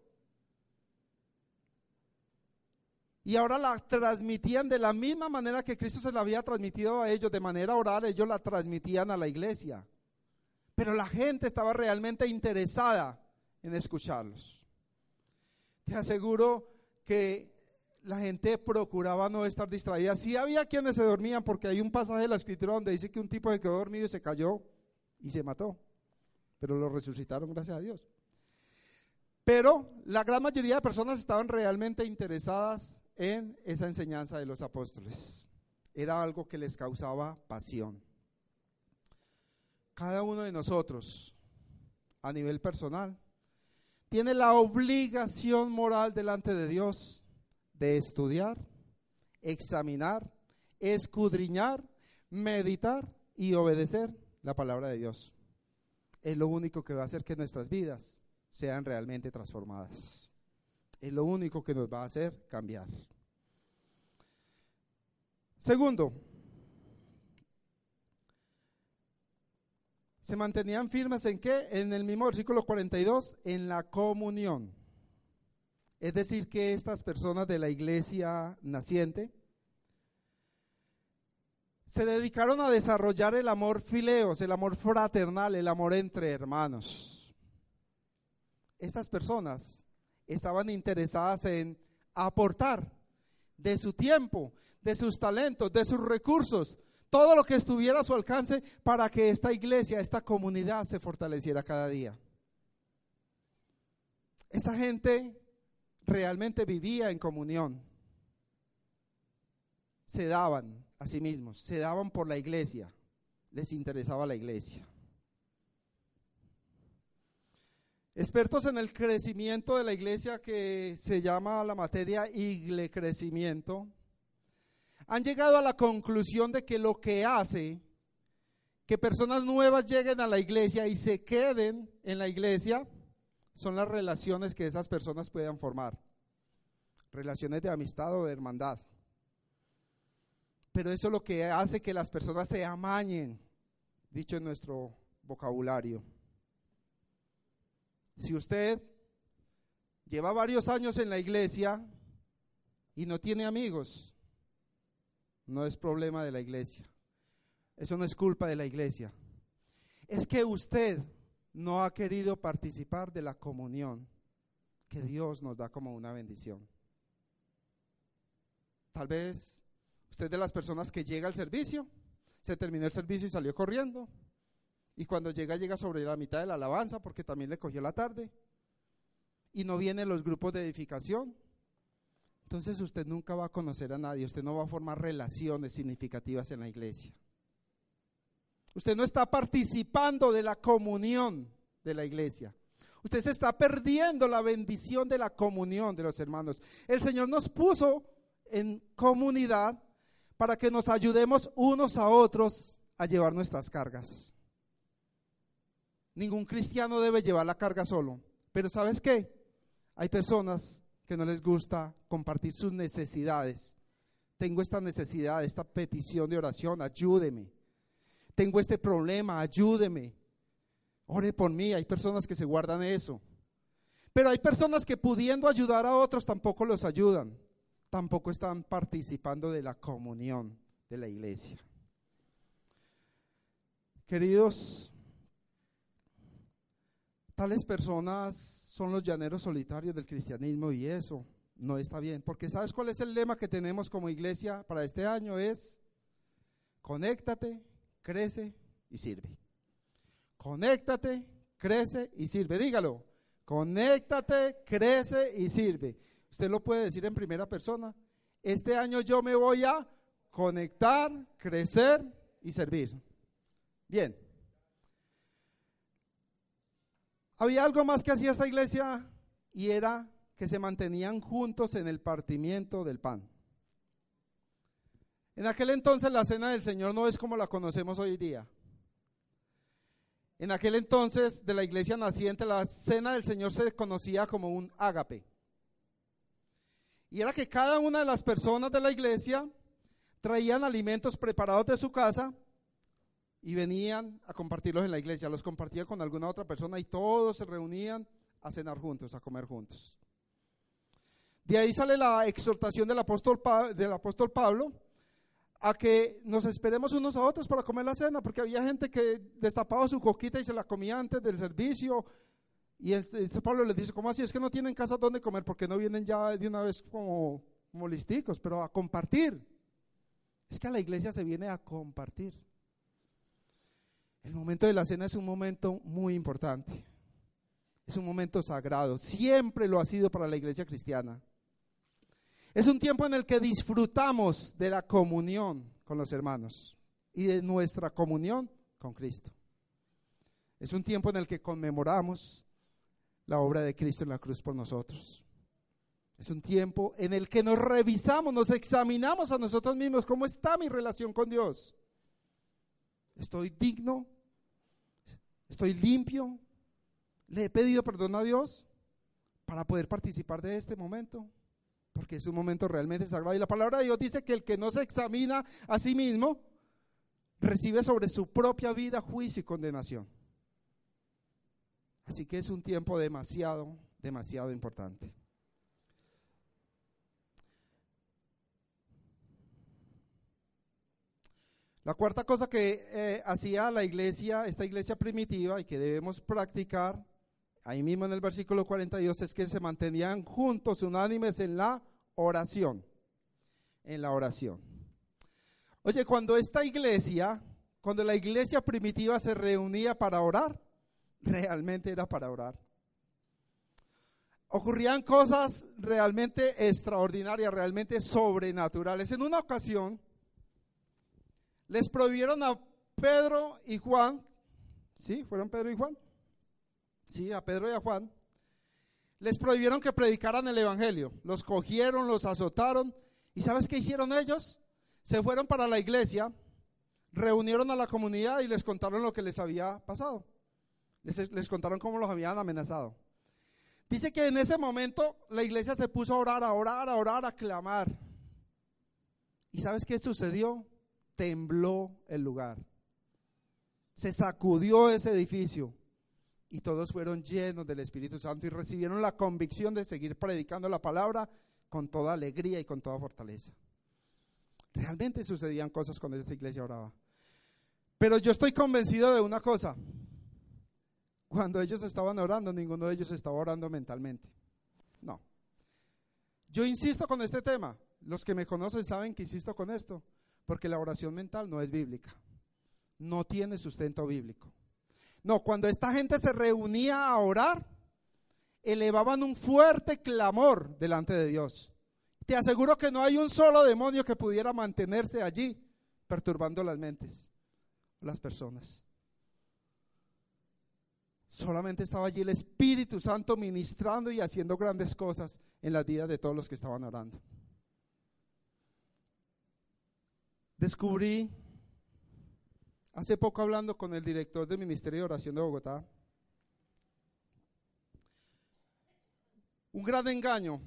y ahora la transmitían de la misma manera que Cristo se la había transmitido a ellos, de manera oral. Ellos la transmitían a la iglesia, pero la gente estaba realmente interesada en escucharlos. Te aseguro que la gente procuraba no estar distraída. Sí había quienes se dormían, porque hay un pasaje de la escritura donde dice que un tipo se quedó dormido y se cayó y se mató, pero lo resucitaron, gracias a Dios. Pero la gran mayoría de personas estaban realmente interesadas en esa enseñanza de los apóstoles. Era algo que les causaba pasión. Cada uno de nosotros, a nivel personal, tiene la obligación moral delante de Dios de estudiar, examinar, escudriñar, meditar y obedecer la palabra de Dios. Es lo único que va a hacer que nuestras vidas sean realmente transformadas. Es lo único que nos va a hacer cambiar. Segundo, se mantenían firmes ¿en qué? En el mismo versículo 42, en la comunión. Es decir, que estas personas de la iglesia naciente se dedicaron a desarrollar el amor fileos, el amor fraternal, el amor entre hermanos. Estas personas estaban interesadas en aportar de su tiempo, de sus talentos, de sus recursos, todo lo que estuviera a su alcance para que esta iglesia, esta comunidad se fortaleciera cada día. Esta gente realmente vivía en comunión. Se daban a sí mismos, se daban por la iglesia, les interesaba la iglesia. Expertos en el crecimiento de la iglesia, que se llama la materia iglecrecimiento, han llegado a la conclusión de que lo que hace que personas nuevas lleguen a la iglesia y se queden en la iglesia son las relaciones que esas personas puedan formar, relaciones de amistad o de hermandad. Pero eso es lo que hace que las personas se amañen, dicho en nuestro vocabulario. Si usted lleva varios años en la iglesia y no tiene amigos, no es problema de la iglesia. Eso no es culpa de la iglesia. Es que usted no ha querido participar de la comunión que Dios nos da como una bendición. Tal vez usted es de las personas que llega al servicio, se terminó el servicio y salió corriendo, Y cuando llega sobre la mitad de la alabanza, porque también le cogió la tarde. Y no vienen los grupos de edificación. Entonces usted nunca va a conocer a nadie, usted no va a formar relaciones significativas en la iglesia. Usted no está participando de la comunión de la iglesia. Usted se está perdiendo la bendición de la comunión de los hermanos. El Señor nos puso en comunidad para que nos ayudemos unos a otros a llevar nuestras cargas. Ningún cristiano debe llevar la carga solo. Pero ¿sabes qué? Hay personas que no les gusta compartir sus necesidades. Tengo esta necesidad, esta petición de oración, ayúdeme. Tengo este problema, ayúdeme. Ore por mí. Hay personas que se guardan eso. Pero hay personas que pudiendo ayudar a otros tampoco los ayudan. Tampoco están participando de la comunión de la iglesia. Queridos, tales personas son los llaneros solitarios del cristianismo y eso no está bien. Porque ¿sabes cuál es el lema que tenemos como iglesia para este año? Es conéctate, crece y sirve. Conéctate, crece y sirve. Dígalo. Conéctate, crece y sirve. Usted lo puede decir en primera persona. Este año yo me voy a conectar, crecer y servir. Bien. Había algo más que hacía esta iglesia y era que se mantenían juntos en el partimiento del pan. En aquel entonces la cena del Señor no es como la conocemos hoy día. En aquel entonces de la iglesia naciente la cena del Señor se conocía como un ágape. Y era que cada una de las personas de la iglesia traían alimentos preparados de su casa y venían a compartirlos en la iglesia, los compartían con alguna otra persona y todos se reunían a cenar juntos, a comer juntos. De ahí sale la exhortación del apóstol Pablo a que nos esperemos unos a otros para comer la cena, porque había gente que destapaba su coquita y se la comía antes del servicio. Y Pablo les dice, ¿cómo así? Es que no tienen casa donde comer, porque no vienen ya de una vez como listicos, pero a compartir. Es que a la iglesia se viene a compartir. El momento de la cena es un momento muy importante. Es un momento sagrado. Siempre lo ha sido para la iglesia cristiana. Es un tiempo en el que disfrutamos de la comunión con los hermanos y de nuestra comunión con Cristo. Es un tiempo en el que conmemoramos la obra de Cristo en la cruz por nosotros. Es un tiempo en el que nos revisamos, nos examinamos a nosotros mismos. ¿Cómo está mi relación con Dios? ¿Estoy digno? ¿Estoy limpio? ¿Le he pedido perdón a Dios para poder participar de este momento? Porque es un momento realmente sagrado. Y la palabra de Dios dice que el que no se examina a sí mismo recibe sobre su propia vida juicio y condenación. Así que es un tiempo demasiado, demasiado importante. La cuarta cosa que hacía la iglesia, esta iglesia primitiva, y que debemos practicar, ahí mismo en el versículo 42, es que se mantenían juntos, unánimes en la oración. En la oración. Oye, cuando la iglesia primitiva se reunía para orar, realmente era para orar. Ocurrían cosas realmente extraordinarias, realmente sobrenaturales. En una ocasión, les prohibieron a Pedro y Juan, ¿sí? ¿Fueron Pedro y Juan? Sí, a Pedro y a Juan. Les prohibieron que predicaran el evangelio. Los cogieron, los azotaron. ¿Y sabes qué hicieron ellos? Se fueron para la iglesia, reunieron a la comunidad y les contaron lo que les había pasado. Les contaron cómo los habían amenazado. Dice que en ese momento la iglesia se puso a orar, a clamar. ¿Y sabes qué sucedió? Tembló el lugar. Se sacudió ese edificio. Y todos fueron llenos del Espíritu Santo y recibieron la convicción de seguir predicando la palabra con toda alegría y con toda fortaleza. Realmente sucedían cosas cuando esta iglesia oraba. Pero yo estoy convencido de una cosa. Cuando ellos estaban orando, ninguno de ellos estaba orando mentalmente. No. Yo insisto con este tema. Los que me conocen saben que insisto con esto, porque la oración mental no es bíblica. No tiene sustento bíblico. No, cuando esta gente se reunía a orar, elevaban un fuerte clamor delante de Dios. Te aseguro que no hay un solo demonio que pudiera mantenerse allí perturbando las mentes, las personas. Solamente estaba allí el Espíritu Santo ministrando y haciendo grandes cosas en las vidas de todos los que estaban orando. Descubrí, hace poco hablando con el director del Ministerio de Oración de Bogotá, un gran engaño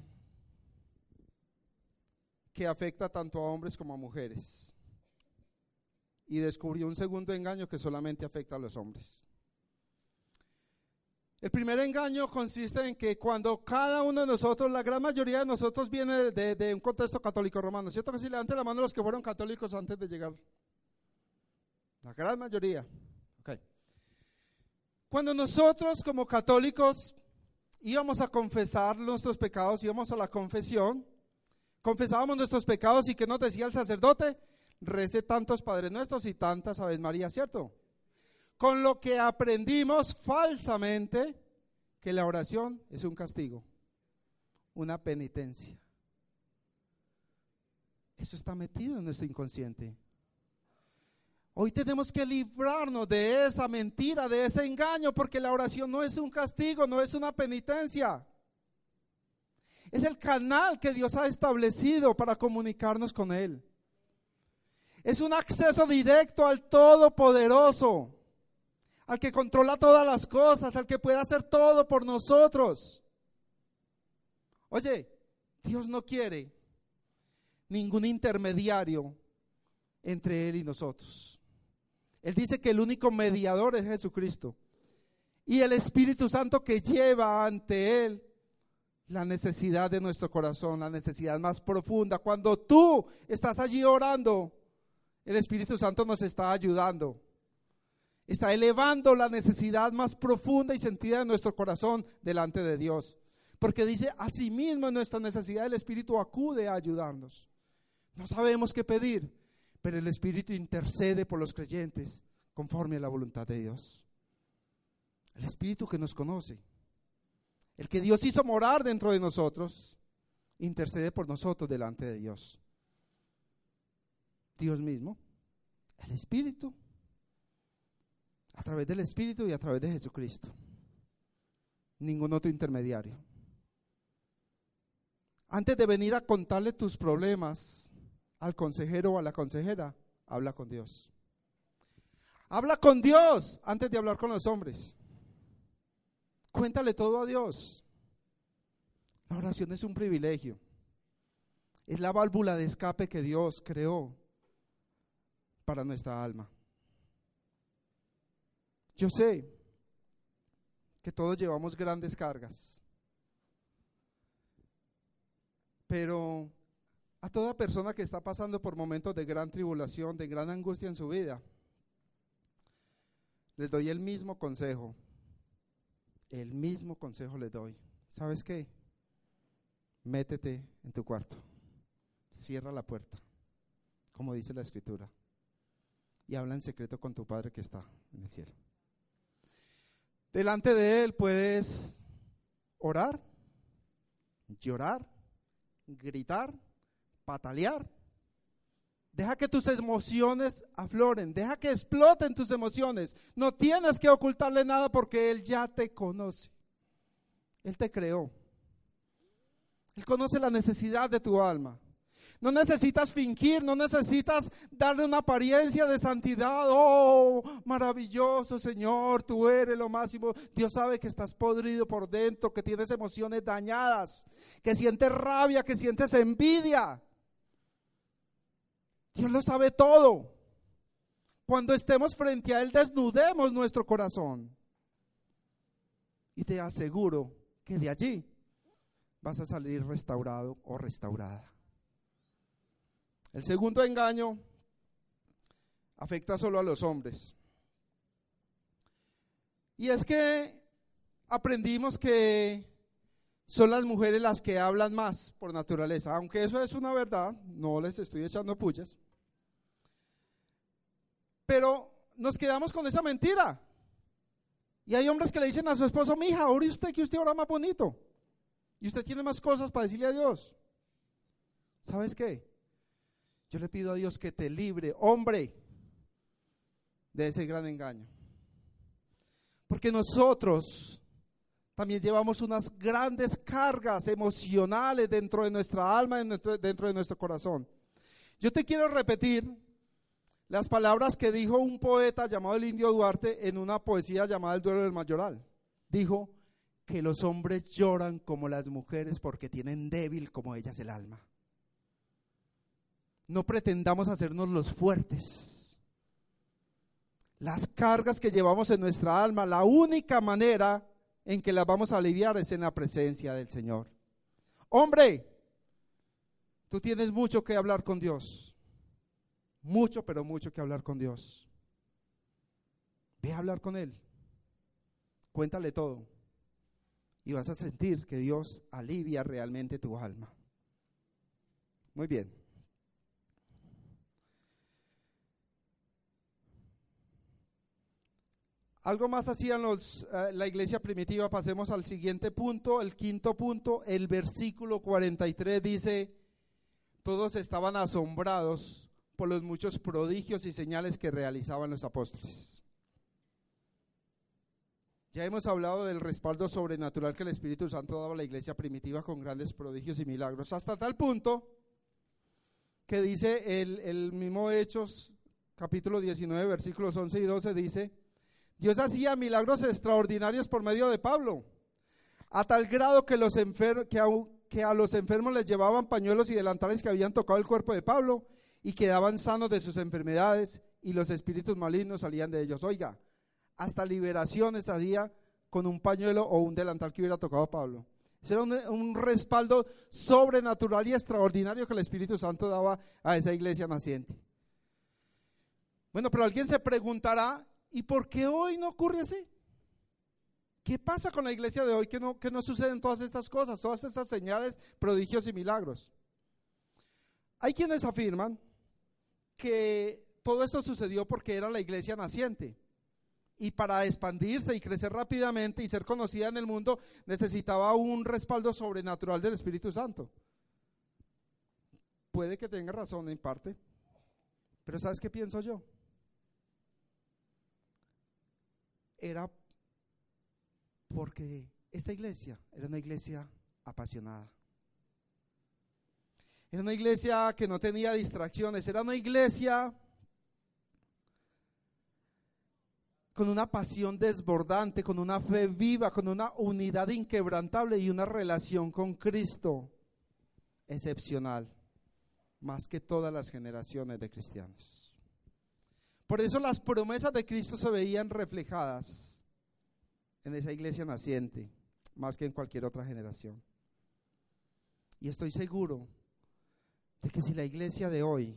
que afecta tanto a hombres como a mujeres. Y descubrí un segundo engaño que solamente afecta a los hombres. El primer engaño consiste en que cuando cada uno de nosotros, la gran mayoría de nosotros viene de un contexto católico romano, ¿cierto que si levanten la mano los que fueron católicos antes de llegar? La gran mayoría. Okay. Cuando nosotros como católicos íbamos a confesar nuestros pecados, íbamos a la confesión, confesábamos nuestros pecados y ¿qué nos decía el sacerdote? Rece tantos Padres Nuestros y tantas Aves María, ¿cierto? Con lo que aprendimos falsamente que la oración es un castigo, una penitencia. Eso está metido en nuestro inconsciente. Hoy tenemos que librarnos de esa mentira, de ese engaño, porque la oración no es un castigo, no es una penitencia. Es el canal que Dios ha establecido para comunicarnos con Él. Es un acceso directo al Todopoderoso, al que controla todas las cosas, al que puede hacer todo por nosotros. Oye, Dios no quiere ningún intermediario entre Él y nosotros. Él dice que el único mediador es Jesucristo y el Espíritu Santo que lleva ante Él la necesidad de nuestro corazón, la necesidad más profunda. Cuando tú estás allí orando, el Espíritu Santo nos está ayudando. Está elevando la necesidad más profunda y sentida de nuestro corazón delante de Dios. Porque dice, asimismo en nuestra necesidad el Espíritu acude a ayudarnos. No sabemos qué pedir, pero el Espíritu intercede por los creyentes conforme a la voluntad de Dios. El Espíritu que nos conoce, el que Dios hizo morar dentro de nosotros, intercede por nosotros delante de Dios. Dios mismo, el Espíritu, a través del Espíritu y a través de Jesucristo. Ningún otro intermediario. Antes de venir a contarle tus problemas al consejero o a la consejera, habla con Dios. Habla con Dios antes de hablar con los hombres. Cuéntale todo a Dios. La oración es un privilegio. Es la válvula de escape que Dios creó para nuestra alma. Yo sé que todos llevamos grandes cargas, pero a toda persona que está pasando por momentos de gran tribulación, de gran angustia en su vida, les doy el mismo consejo. El mismo consejo les doy. ¿Sabes qué? Métete en tu cuarto, cierra la puerta, como dice la Escritura, y habla en secreto con tu Padre que está en el cielo. Delante de Él puedes orar, llorar, gritar, patalear. Deja que tus emociones afloren, deja que exploten tus emociones. No tienes que ocultarle nada porque Él ya te conoce. Él te creó. Él conoce la necesidad de tu alma. No necesitas fingir, no necesitas darle una apariencia de santidad. Oh, maravilloso Señor, tú eres lo máximo. Dios sabe que estás podrido por dentro, que tienes emociones dañadas, que sientes rabia, que sientes envidia. Dios lo sabe todo. Cuando estemos frente a Él, desnudemos nuestro corazón. Y te aseguro que de allí vas a salir restaurado o restaurada. El segundo engaño afecta solo a los hombres. Y es que aprendimos que son las mujeres las que hablan más por naturaleza, aunque eso es una verdad, no les estoy echando pullas. Pero nos quedamos con esa mentira. Y hay hombres que le dicen a su esposo: mija, ore usted, que usted ora más bonito. Y usted tiene más cosas para decirle a Dios. ¿Sabes qué? Yo le pido a Dios que te libre, hombre, de ese gran engaño. Porque nosotros también llevamos unas grandes cargas emocionales dentro de nuestra alma, dentro de nuestro corazón. Yo te quiero repetir las palabras que dijo un poeta llamado el Indio Duarte en una poesía llamada El duelo del mayoral. Dijo que los hombres lloran como las mujeres porque tienen débil como ellas el alma. No pretendamos hacernos los fuertes. Las cargas que llevamos en nuestra alma, la única manera en que las vamos a aliviar es en la presencia del Señor. Hombre, tú tienes mucho que hablar con Dios. Mucho, pero mucho que hablar con Dios. Ve a hablar con Él. Cuéntale todo. Y vas a sentir que Dios alivia realmente tu alma. Muy bien. Algo más hacían la iglesia primitiva. Pasemos al siguiente punto, el quinto punto. El versículo 43 dice: todos estaban asombrados por los muchos prodigios y señales que realizaban los apóstoles. Ya hemos hablado del respaldo sobrenatural que el Espíritu Santo daba a la iglesia primitiva con grandes prodigios y milagros, hasta tal punto que dice el mismo Hechos, capítulo 19, versículos 11 y 12, dice: Dios hacía milagros extraordinarios por medio de Pablo, a tal grado que a los enfermos les llevaban pañuelos y delantales que habían tocado el cuerpo de Pablo y quedaban sanos de sus enfermedades, y los espíritus malignos salían de ellos. Oiga, hasta liberaciones hacía con un pañuelo o un delantal que hubiera tocado a Pablo. Ese era un respaldo sobrenatural y extraordinario que el Espíritu Santo daba a esa iglesia naciente. Bueno, pero alguien se preguntará: ¿y por qué hoy no ocurre así? ¿Qué pasa con la iglesia de hoy que no suceden todas estas cosas, todas estas señales, prodigios y milagros? Hay quienes afirman que todo esto sucedió porque era la iglesia naciente, y para expandirse y crecer rápidamente y ser conocida en el mundo necesitaba un respaldo sobrenatural del Espíritu Santo. Puede que tenga razón en parte, pero ¿sabes qué pienso yo? Era porque esta iglesia era una iglesia apasionada. Era una iglesia que no tenía distracciones, era una iglesia con una pasión desbordante, con una fe viva, con una unidad inquebrantable y una relación con Cristo excepcional, más que todas las generaciones de cristianos. Por eso las promesas de Cristo se veían reflejadas en esa iglesia naciente, más que en cualquier otra generación. Y estoy seguro de que si la iglesia de hoy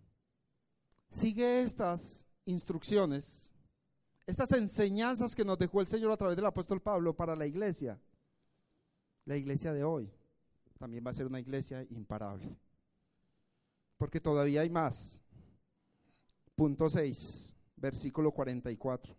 sigue estas instrucciones, estas enseñanzas que nos dejó el Señor a través del apóstol Pablo para la iglesia de hoy también va a ser una iglesia imparable. Porque todavía hay más. Punto 6, versículo 44.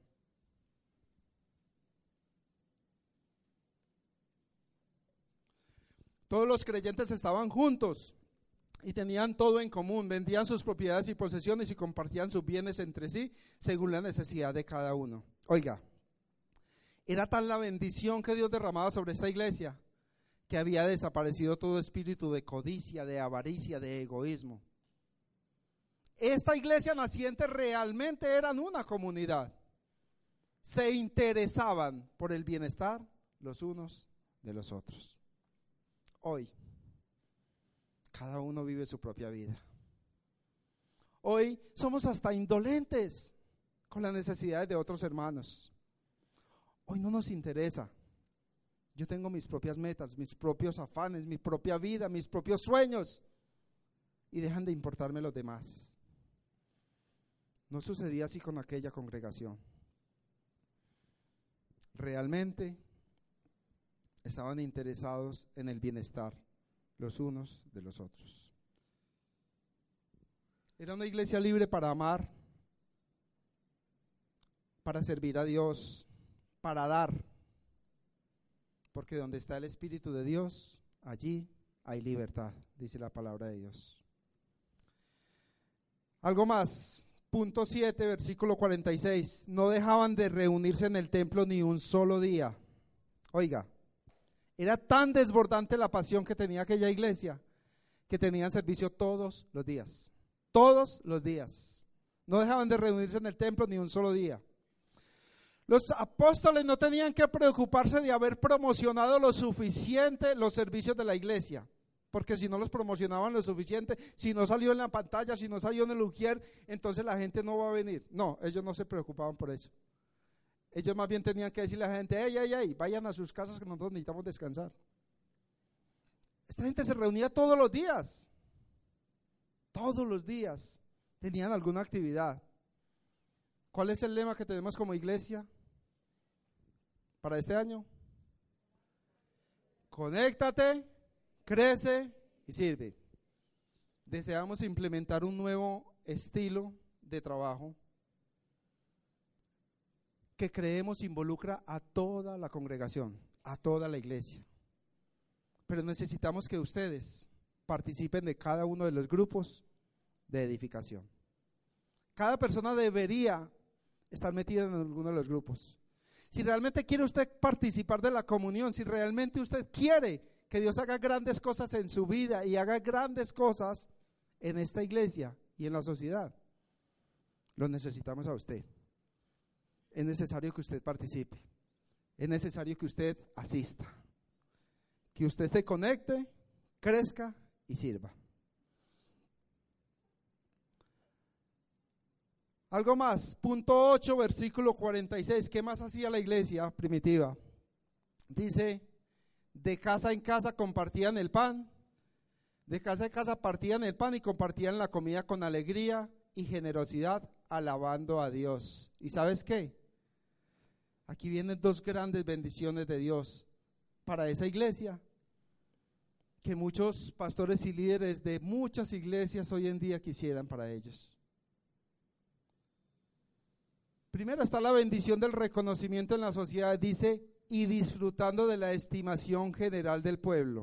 Todos los creyentes estaban juntos y tenían todo en común, vendían sus propiedades y posesiones y compartían sus bienes entre sí según la necesidad de cada uno. Oiga, era tal la bendición que Dios derramaba sobre esta iglesia que había desaparecido todo espíritu de codicia, de avaricia, de egoísmo. Esta iglesia naciente realmente eran una comunidad. Se interesaban por el bienestar los unos de los otros. Hoy cada uno vive su propia vida. Hoy somos hasta indolentes con las necesidades de otros hermanos. Hoy no nos interesa. Yo tengo mis propias metas, mis propios afanes, mi propia vida, mis propios sueños, y dejan de importarme los demás. No sucedía así con aquella congregación. Realmente estaban interesados en el bienestar los unos de los otros. Era una iglesia libre para amar, para servir a Dios, para dar. Porque donde está el Espíritu de Dios, allí hay libertad, dice la palabra de Dios. Algo más, punto 7, versículo 46. No dejaban de reunirse en el templo ni un solo día. Oiga, era tan desbordante la pasión que tenía aquella iglesia que tenían servicio todos los días. Todos los días. No dejaban de reunirse en el templo ni un solo día. Los apóstoles no tenían que preocuparse de haber promocionado lo suficiente los servicios de la iglesia, porque si no los promocionaban lo suficiente, si no salió en la pantalla, si no salió en el ujier, entonces la gente no va a venir. No, ellos no se preocupaban por eso. Ellos más bien tenían que decirle a la gente, ey, vayan a sus casas que nosotros necesitamos descansar. Esta gente se reunía todos los días. Todos los días tenían alguna actividad. ¿Cuál es el lema que tenemos como iglesia para este año? Conéctate, crece y sirve. Deseamos implementar un nuevo estilo de trabajo que creemos involucra a toda la congregación, a toda la iglesia. Pero necesitamos que ustedes participen de cada uno de los grupos de edificación. Cada persona debería estar metida en alguno de los grupos. Si realmente quiere usted participar de la comunión, si realmente usted quiere que Dios haga grandes cosas en su vida y haga grandes cosas en esta iglesia y en la sociedad, lo necesitamos a usted. Es necesario que usted participe, es necesario que usted asista, que usted se conecte, crezca y sirva. Algo más, punto 8, versículo 46, ¿qué más hacía la iglesia primitiva? Dice, de casa en casa compartían el pan, de casa en casa partían el pan y compartían la comida con alegría y generosidad, alabando a Dios. ¿Y sabes qué? Aquí vienen dos grandes bendiciones de Dios para esa iglesia, que muchos pastores y líderes de muchas iglesias hoy en día quisieran para ellos. Primero está la bendición del reconocimiento en la sociedad, dice, y disfrutando de la estimación general del pueblo.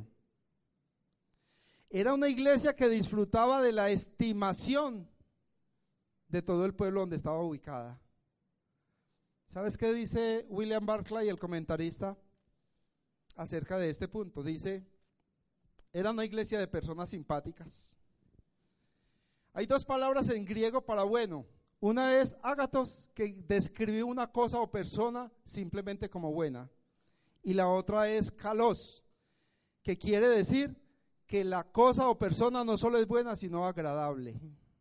Era una iglesia que disfrutaba de la estimación de todo el pueblo donde estaba ubicada. ¿Sabes qué dice William Barclay, el comentarista, acerca de este punto? Dice, era una iglesia de personas simpáticas. Hay dos palabras en griego para bueno. Una es ágatos, que describe una cosa o persona simplemente como buena. Y la otra es kalos, que quiere decir que la cosa o persona no solo es buena, sino agradable.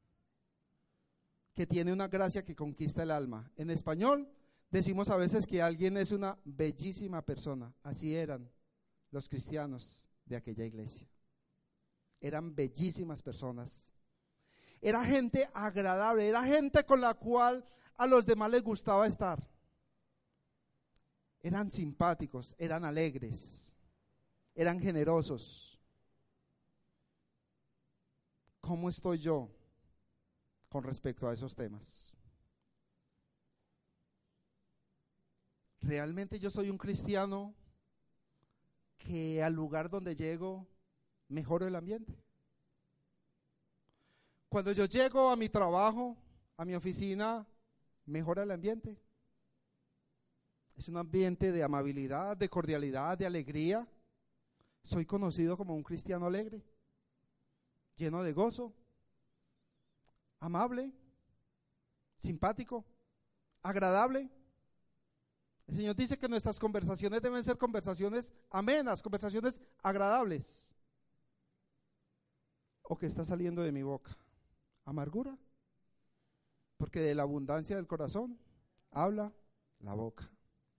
Que tiene una gracia que conquista el alma. En español decimos a veces que alguien es una bellísima persona. Así eran los cristianos de aquella iglesia. Eran bellísimas personas. Era gente agradable, era gente con la cual a los demás les gustaba estar. Eran simpáticos, eran alegres, eran generosos. ¿Cómo estoy yo con respecto a esos temas? ¿Realmente yo soy un cristiano que al lugar donde llego mejoro el ambiente? Cuando yo llego a mi trabajo, a mi oficina, ¿mejora el ambiente? Es un ambiente de amabilidad, de cordialidad, de alegría. Soy conocido como un cristiano alegre, lleno de gozo, amable, simpático, agradable. El Señor dice que nuestras conversaciones deben ser conversaciones amenas, conversaciones agradables. ¿O qué está saliendo de mi boca? ¿Amargura? Porque de la abundancia del corazón habla la boca.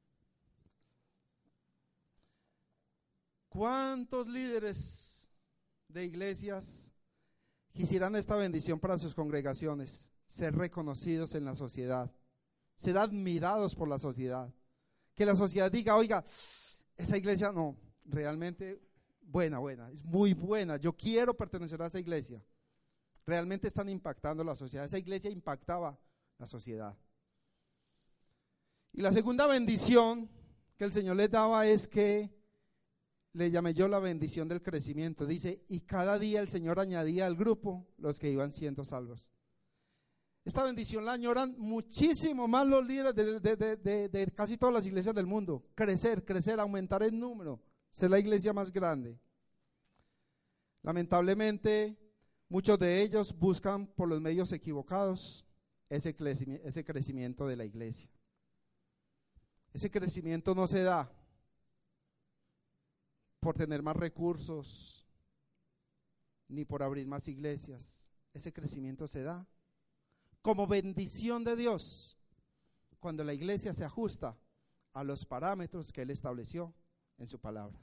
¿Cuántos líderes de iglesias quisieran esta bendición para sus congregaciones? Ser reconocidos en la sociedad, ser admirados por la sociedad. Que la sociedad diga, oiga, esa iglesia no, realmente buena, es muy buena, yo quiero pertenecer a esa iglesia. Realmente están impactando la sociedad, esa iglesia impactaba la sociedad. Y la segunda bendición que el Señor les daba es que le llamé yo la bendición del crecimiento. Dice, y cada día el Señor añadía al grupo los que iban siendo salvos. Esta bendición la añoran muchísimo más los líderes de casi todas las iglesias del mundo. Crecer, aumentar el número, ser la iglesia más grande. Lamentablemente, muchos de ellos buscan por los medios equivocados ese crecimiento de la iglesia. Ese crecimiento no se da por tener más recursos, ni por abrir más iglesias. Ese crecimiento se da como bendición de Dios cuando la iglesia se ajusta a los parámetros que Él estableció en su palabra.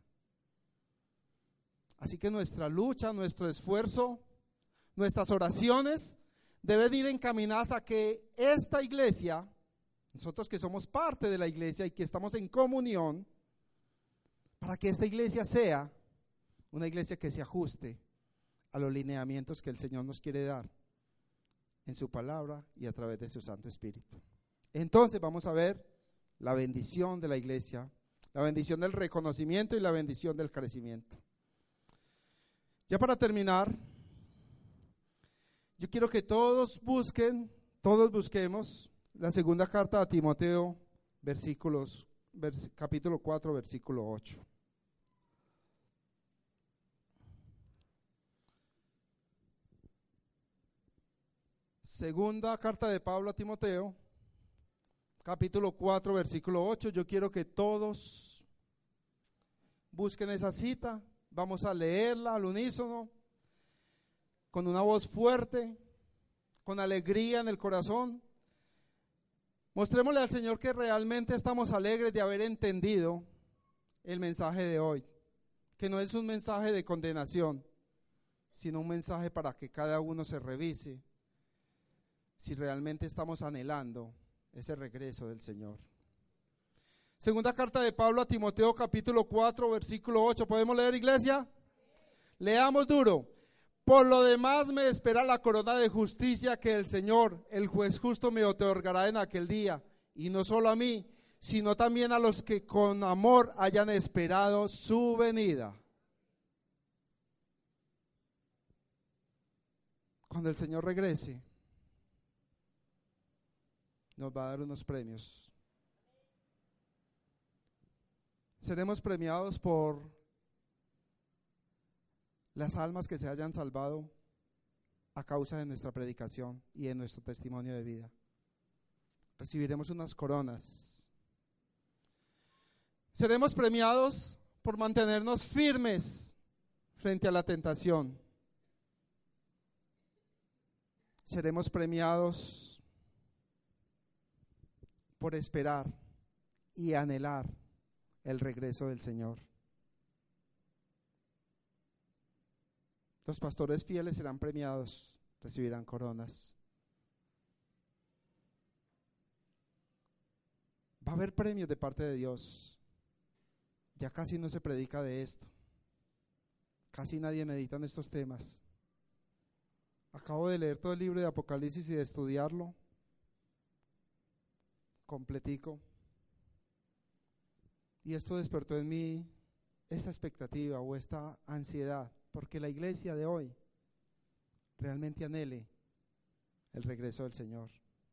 Así que nuestra lucha, nuestro esfuerzo, nuestras oraciones deben ir encaminadas a que esta iglesia, nosotros que somos parte de la iglesia y que estamos en comunión, para que esta iglesia sea una iglesia que se ajuste a los lineamientos que el Señor nos quiere dar en su palabra y a través de su Santo Espíritu. Entonces vamos a ver la bendición de la iglesia, la bendición del reconocimiento y la bendición del crecimiento. Ya para terminar, yo quiero que todos busquemos la segunda carta a Timoteo, capítulo 4, versículo 8. Segunda carta de Pablo a Timoteo, capítulo 4, versículo 8. Yo quiero que todos busquen esa cita. Vamos a leerla al unísono, con una voz fuerte, con alegría en el corazón. Mostrémosle al Señor que realmente estamos alegres de haber entendido el mensaje de hoy, que no es un mensaje de condenación, sino un mensaje para que cada uno se revise si realmente estamos anhelando ese regreso del Señor. Segunda carta de Pablo a Timoteo, capítulo 4, versículo 8. ¿Podemos leer, iglesia? Leamos duro. Por lo demás me espera la corona de justicia que el Señor, el juez justo, me otorgará en aquel día, y no solo a mí, sino también a los que con amor hayan esperado su venida. Cuando el Señor regrese, nos va a dar unos premios. Seremos premiados por las almas que se hayan salvado a causa de nuestra predicación y de nuestro testimonio de vida. Recibiremos unas coronas. Seremos premiados por mantenernos firmes frente a la tentación. Seremos premiados por esperar y anhelar el regreso del Señor. Los pastores fieles serán premiados, recibirán coronas. Va a haber premios de parte de Dios. Ya casi no se predica de esto. Casi nadie medita en estos temas. Acabo de leer todo el libro de Apocalipsis y de estudiarlo completico. Y esto despertó en mí esta expectativa o esta ansiedad, porque la iglesia de hoy realmente anhele el regreso del Señor.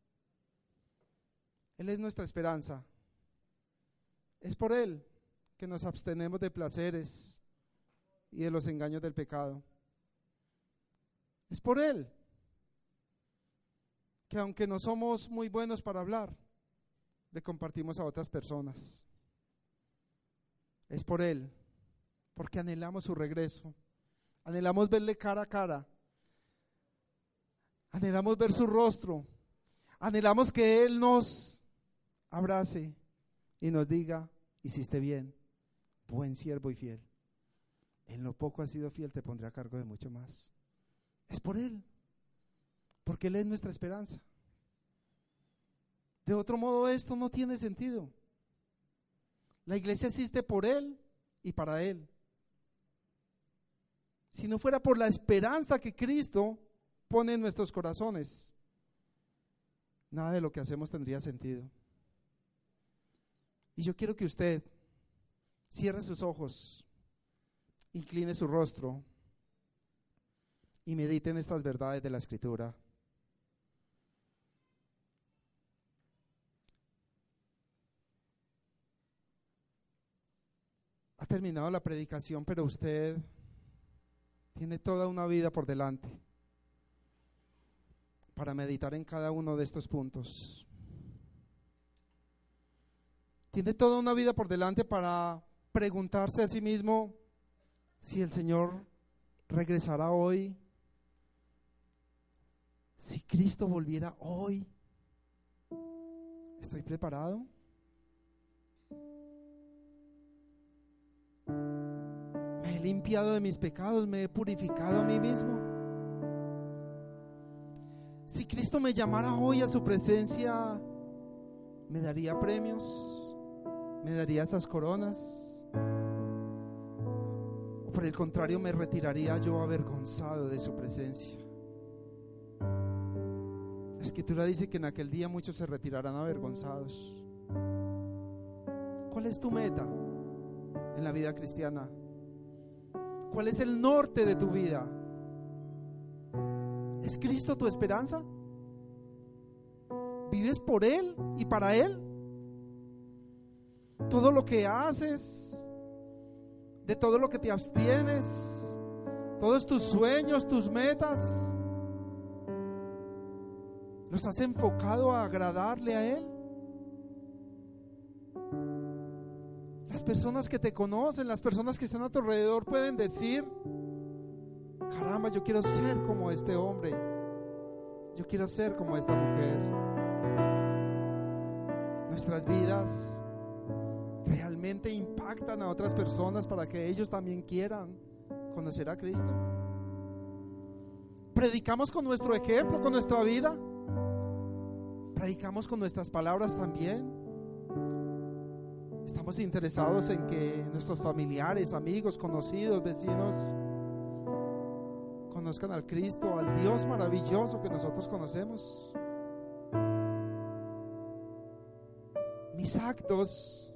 Él es nuestra esperanza. Es por Él que nos abstenemos de placeres y de los engaños del pecado. Es por Él que, aunque no somos muy buenos para hablar, le compartimos a otras personas. Es por Él, porque anhelamos su regreso, anhelamos verle cara a cara, anhelamos ver su rostro, anhelamos que Él nos abrace y nos diga: hiciste bien, buen siervo y fiel. En lo poco has sido fiel, te pondré a cargo de mucho más. Es por Él, porque Él es nuestra esperanza. De otro modo esto no tiene sentido. La iglesia existe por Él y para Él. Si no fuera por la esperanza que Cristo pone en nuestros corazones, nada de lo que hacemos tendría sentido. Y yo quiero que usted cierre sus ojos, incline su rostro y medite en estas verdades de la Escritura. Ha terminado la predicación, pero usted tiene toda una vida por delante para meditar en cada uno de estos puntos. Tiene toda una vida por delante para preguntarse a sí mismo si el Señor regresará hoy, si Cristo volviera hoy. ¿Estoy preparado? ¿Me he limpiado de mis pecados? ¿Me he purificado a mí mismo? Si Cristo me llamara hoy a su presencia, ¿me daría premios? ¿Me daría esas coronas? ¿O por el contrario me retiraría yo avergonzado de su presencia? La Escritura dice que en aquel día muchos se retirarán avergonzados. ¿Cuál es tu meta en la vida cristiana? ¿Cuál es el norte de tu vida? ¿Es Cristo tu esperanza? ¿Vives por Él y para Él? Todo lo que haces, de todo lo que te abstienes, todos tus sueños, tus metas, ¿los has enfocado a agradarle a Él? Las personas que te conocen, las personas que están a tu alrededor pueden decir: caramba, yo quiero ser como este hombre, yo quiero ser como esta mujer. Nuestras vidas realmente impactan a otras personas para que ellos también quieran conocer a Cristo. Predicamos con nuestro ejemplo, con nuestra vida. Predicamos con nuestras palabras también. Estamos interesados en que nuestros familiares, amigos, conocidos, vecinos conozcan al Cristo, al Dios maravilloso que nosotros conocemos. Mis actos,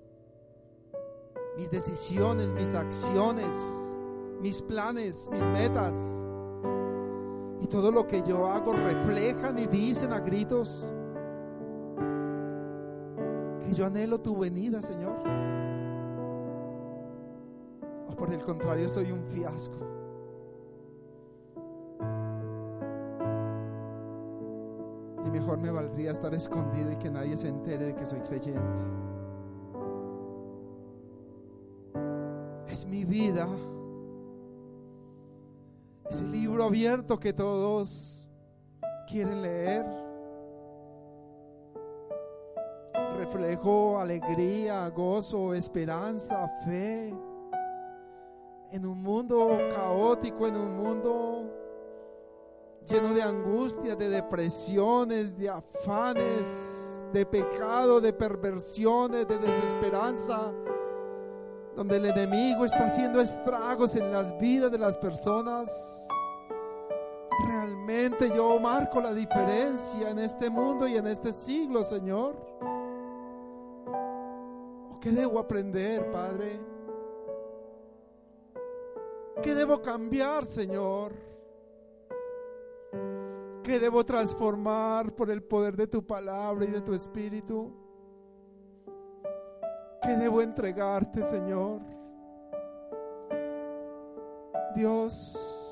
mis decisiones, mis acciones, mis planes, mis metas y todo lo que yo hago reflejan y dicen a gritos que yo anhelo tu venida, Señor. O por el contrario, soy un fiasco. Y mejor me valdría estar escondido y que nadie se entere de que soy creyente. Es mi vida, es el libro abierto que todos quieren leer. Reflejo alegría, gozo, esperanza, fe en un mundo caótico, en un mundo lleno de angustia, de depresiones, de afanes, de pecado, de perversiones, de desesperanza, donde el enemigo está haciendo estragos en las vidas de las personas. Realmente yo marco la diferencia en este mundo y en este siglo, Señor. ¿Qué debo aprender, Padre? ¿Qué debo cambiar, Señor? ¿Qué debo transformar por el poder de tu palabra y de tu Espíritu? ¿Qué debo entregarte, Señor? Dios,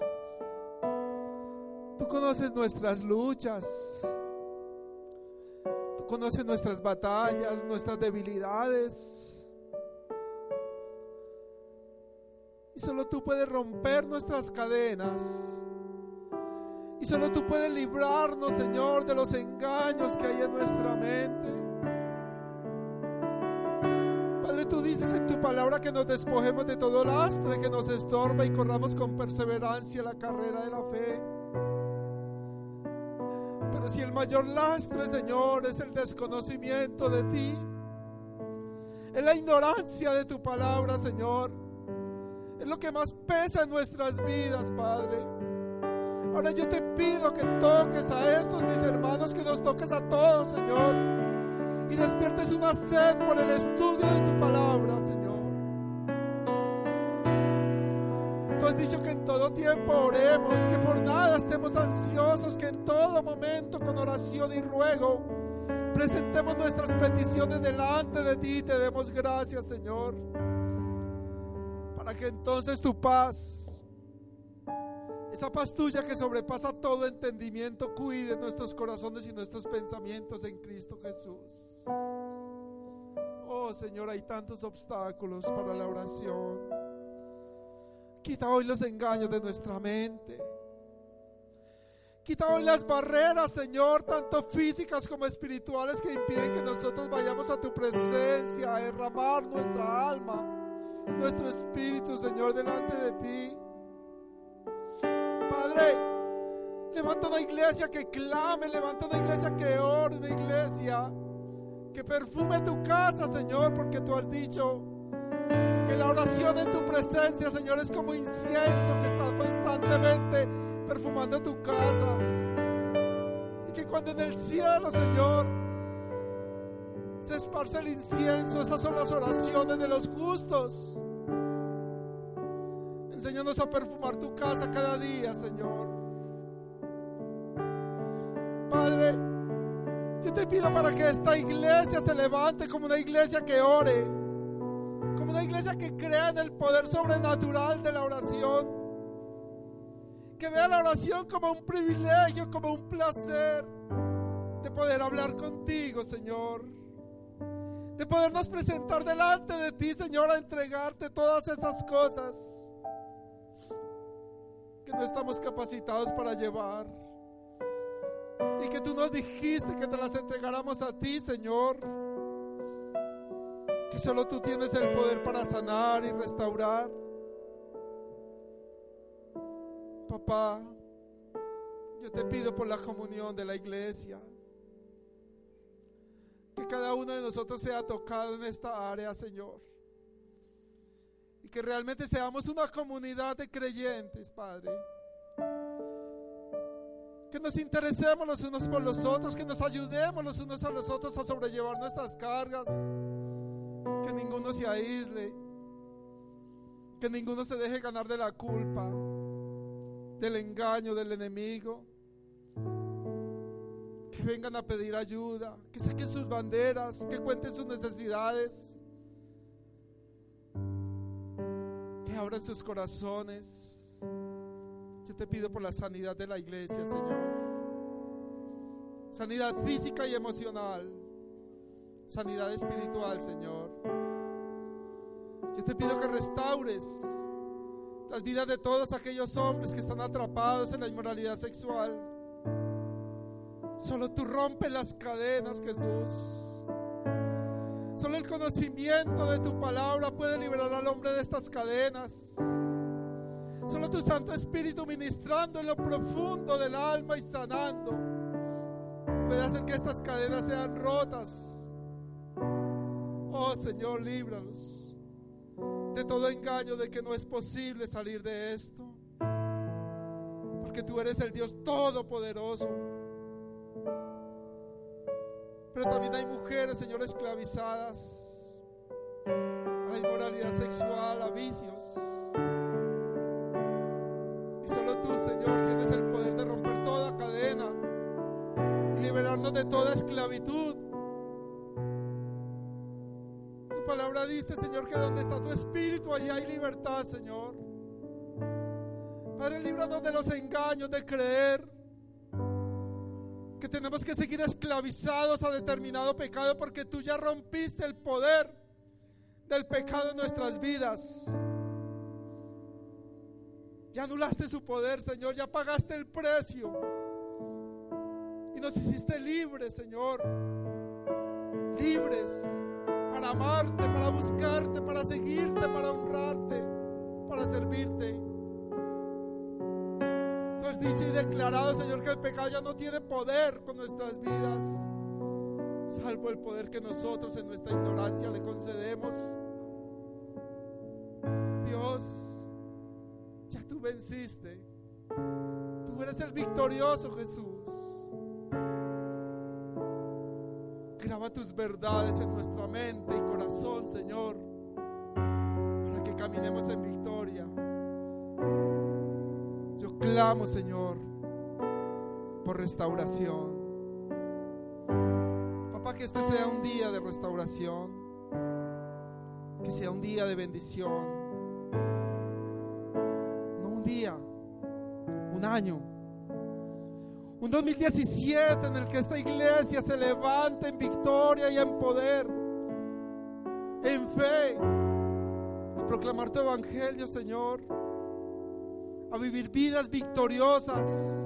tú conoces nuestras luchas, tú conoces nuestras batallas, nuestras debilidades. Y solo tú puedes romper nuestras cadenas. Y solo tú puedes librarnos, Señor, de los engaños que hay en nuestra mente. Padre, tú dices en tu palabra que nos despojemos de todo lastre que nos estorba y corramos con perseverancia la carrera de la fe. Pero si el mayor lastre, Señor, es el desconocimiento de ti, es la ignorancia de tu palabra, Señor, es lo que más pesa en nuestras vidas, Padre. Ahora yo te pido que toques a estos mis hermanos, que nos toques a todos, Señor, y despiertes una sed por el estudio de tu palabra, Señor. Tú has dicho que en todo tiempo oremos, que por nada estemos ansiosos, que en todo momento con oración y ruego presentemos nuestras peticiones delante de ti y te demos gracias, Señor, para que entonces tu paz, esa paz tuya que sobrepasa todo entendimiento, cuide nuestros corazones y nuestros pensamientos en Cristo Jesús. Oh Señor, hay tantos obstáculos para la oración. Quita hoy los engaños de nuestra mente. Quita hoy las barreras, Señor, tanto físicas como espirituales, que impiden que nosotros vayamos a tu presencia, a derramar nuestra alma, nuestro espíritu, Señor, delante de ti. Padre, levanta una iglesia que clame, levanta una iglesia que ore, una iglesia que perfume tu casa, Señor, porque tú has dicho que la oración en tu presencia, Señor, es como incienso que está constantemente perfumando tu casa. Y que cuando en el cielo, Señor, se esparce el incienso, esas son las oraciones de los justos. Enséñanos a perfumar tu casa cada día, Señor. Padre, yo te pido para que esta iglesia se levante como una iglesia que ore, como una iglesia que crea en el poder sobrenatural de la oración, que vea la oración como un privilegio, como un placer de poder hablar contigo, Señor, de podernos presentar delante de ti, Señor, a entregarte todas esas cosas que no estamos capacitados para llevar, y que tú nos dijiste que te las entregáramos a ti, Señor, que solo tú tienes el poder para sanar y restaurar. Papá, yo te pido por la comunión de la iglesia, que cada uno de nosotros sea tocado en esta área, Señor, y que realmente seamos una comunidad de creyentes, Padre, que nos interesemos los unos por los otros, que nos ayudemos los unos a los otros a sobrellevar nuestras cargas, que ninguno se aísle, que ninguno se deje ganar de la culpa, del engaño del enemigo, que vengan a pedir ayuda, que saquen sus banderas, que cuenten sus necesidades, que abran sus corazones. Yo te pido por la sanidad de la iglesia, Señor, sanidad física y emocional, sanidad espiritual, Señor. Yo te pido que restaures las vidas de todos aquellos hombres que están atrapados en la inmoralidad sexual. Solo tú rompes las cadenas, Jesús. Solo el conocimiento de tu palabra puede liberar al hombre de estas cadenas. Solo tu Santo Espíritu, ministrando en lo profundo del alma y sanando, puede hacer que estas cadenas sean rotas. Oh Señor, líbranos de todo engaño de que no es posible salir de esto, porque tú eres el Dios todopoderoso. Pero también hay mujeres, Señor, esclavizadas a la inmoralidad sexual, a vicios. Y solo tú, Señor, tienes el poder de romper toda cadena y liberarnos de toda esclavitud. Tu palabra dice, Señor, que donde está tu espíritu, allí hay libertad, Señor. Padre, líbranos de los engaños de creer que tenemos que seguir esclavizados a determinado pecado, porque tú ya rompiste el poder del pecado en nuestras vidas. Ya anulaste su poder, Señor, ya pagaste el precio y nos hiciste libres, Señor, libres para amarte, para buscarte, para seguirte, para honrarte, para servirte. Tú has dicho y declarado, Señor, que el pecado ya no tiene poder con nuestras vidas, salvo el poder que nosotros en nuestra ignorancia le concedemos. Dios, ya tú venciste. Tú eres el victorioso, Jesús. Graba tus verdades en nuestra mente y corazón, Señor, para que caminemos en victoria. Yo clamo, Señor, por restauración. Papá, que este sea un día de restauración, que sea un día de bendición, no un día, un año, un 2017 en el que esta iglesia se levante en victoria y en poder, en fe, a proclamar tu evangelio, Señor, a vivir vidas victoriosas.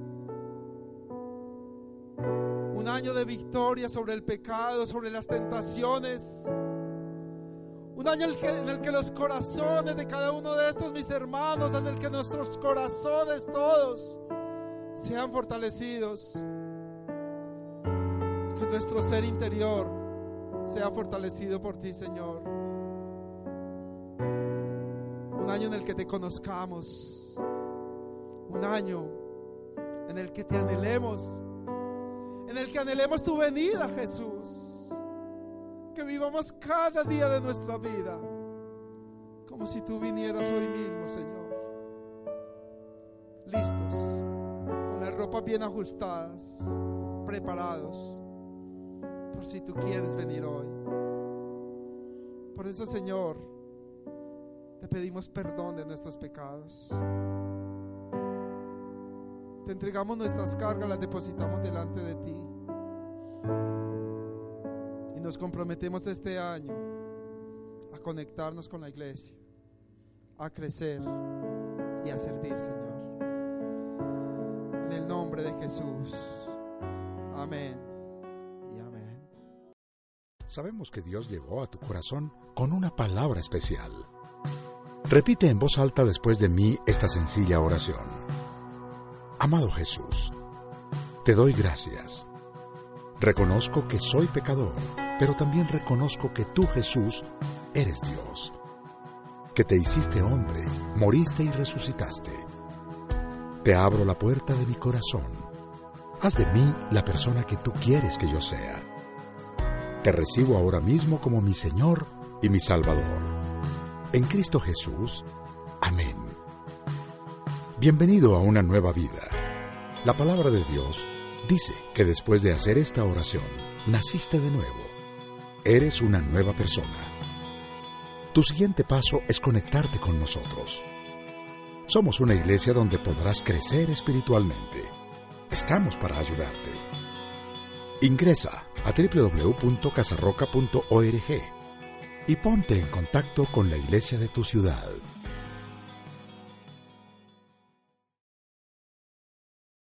Un año de victoria sobre el pecado, sobre las tentaciones. Un año en el que los corazones de cada uno de estos mis hermanos, en el que nuestros corazones todos sean fortalecidos. Que nuestro ser interior sea fortalecido por ti, Señor. Un año en el que te conozcamos. Un año en el que te anhelemos. En el que anhelemos tu venida, Jesús. Que vivamos cada día de nuestra vida como si tú vinieras hoy mismo, Señor. Listos, con las ropas bien ajustadas, preparados, por si tú quieres venir hoy. Por eso, Señor, te pedimos perdón de nuestros pecados. Te entregamos nuestras cargas, las depositamos delante de ti. Y nos comprometemos este año a conectarnos con la iglesia, a crecer y a servir, Señor. En el nombre de Jesús. Amén y amén. Sabemos que Dios llegó a tu corazón con una palabra especial. Repite en voz alta después de mí esta sencilla oración. Amado Jesús, te doy gracias. Reconozco que soy pecador, pero también reconozco que tú, Jesús, eres Dios. Que te hiciste hombre, moriste y resucitaste. Te abro la puerta de mi corazón. Haz de mí la persona que tú quieres que yo sea. Te recibo ahora mismo como mi Señor y mi Salvador. En Cristo Jesús. Amén. Bienvenido a una nueva vida. La palabra de Dios dice que después de hacer esta oración, naciste de nuevo. Eres una nueva persona. Tu siguiente paso es conectarte con nosotros. Somos una iglesia donde podrás crecer espiritualmente. Estamos para ayudarte. Ingresa a www.casarroca.org y ponte en contacto con la iglesia de tu ciudad.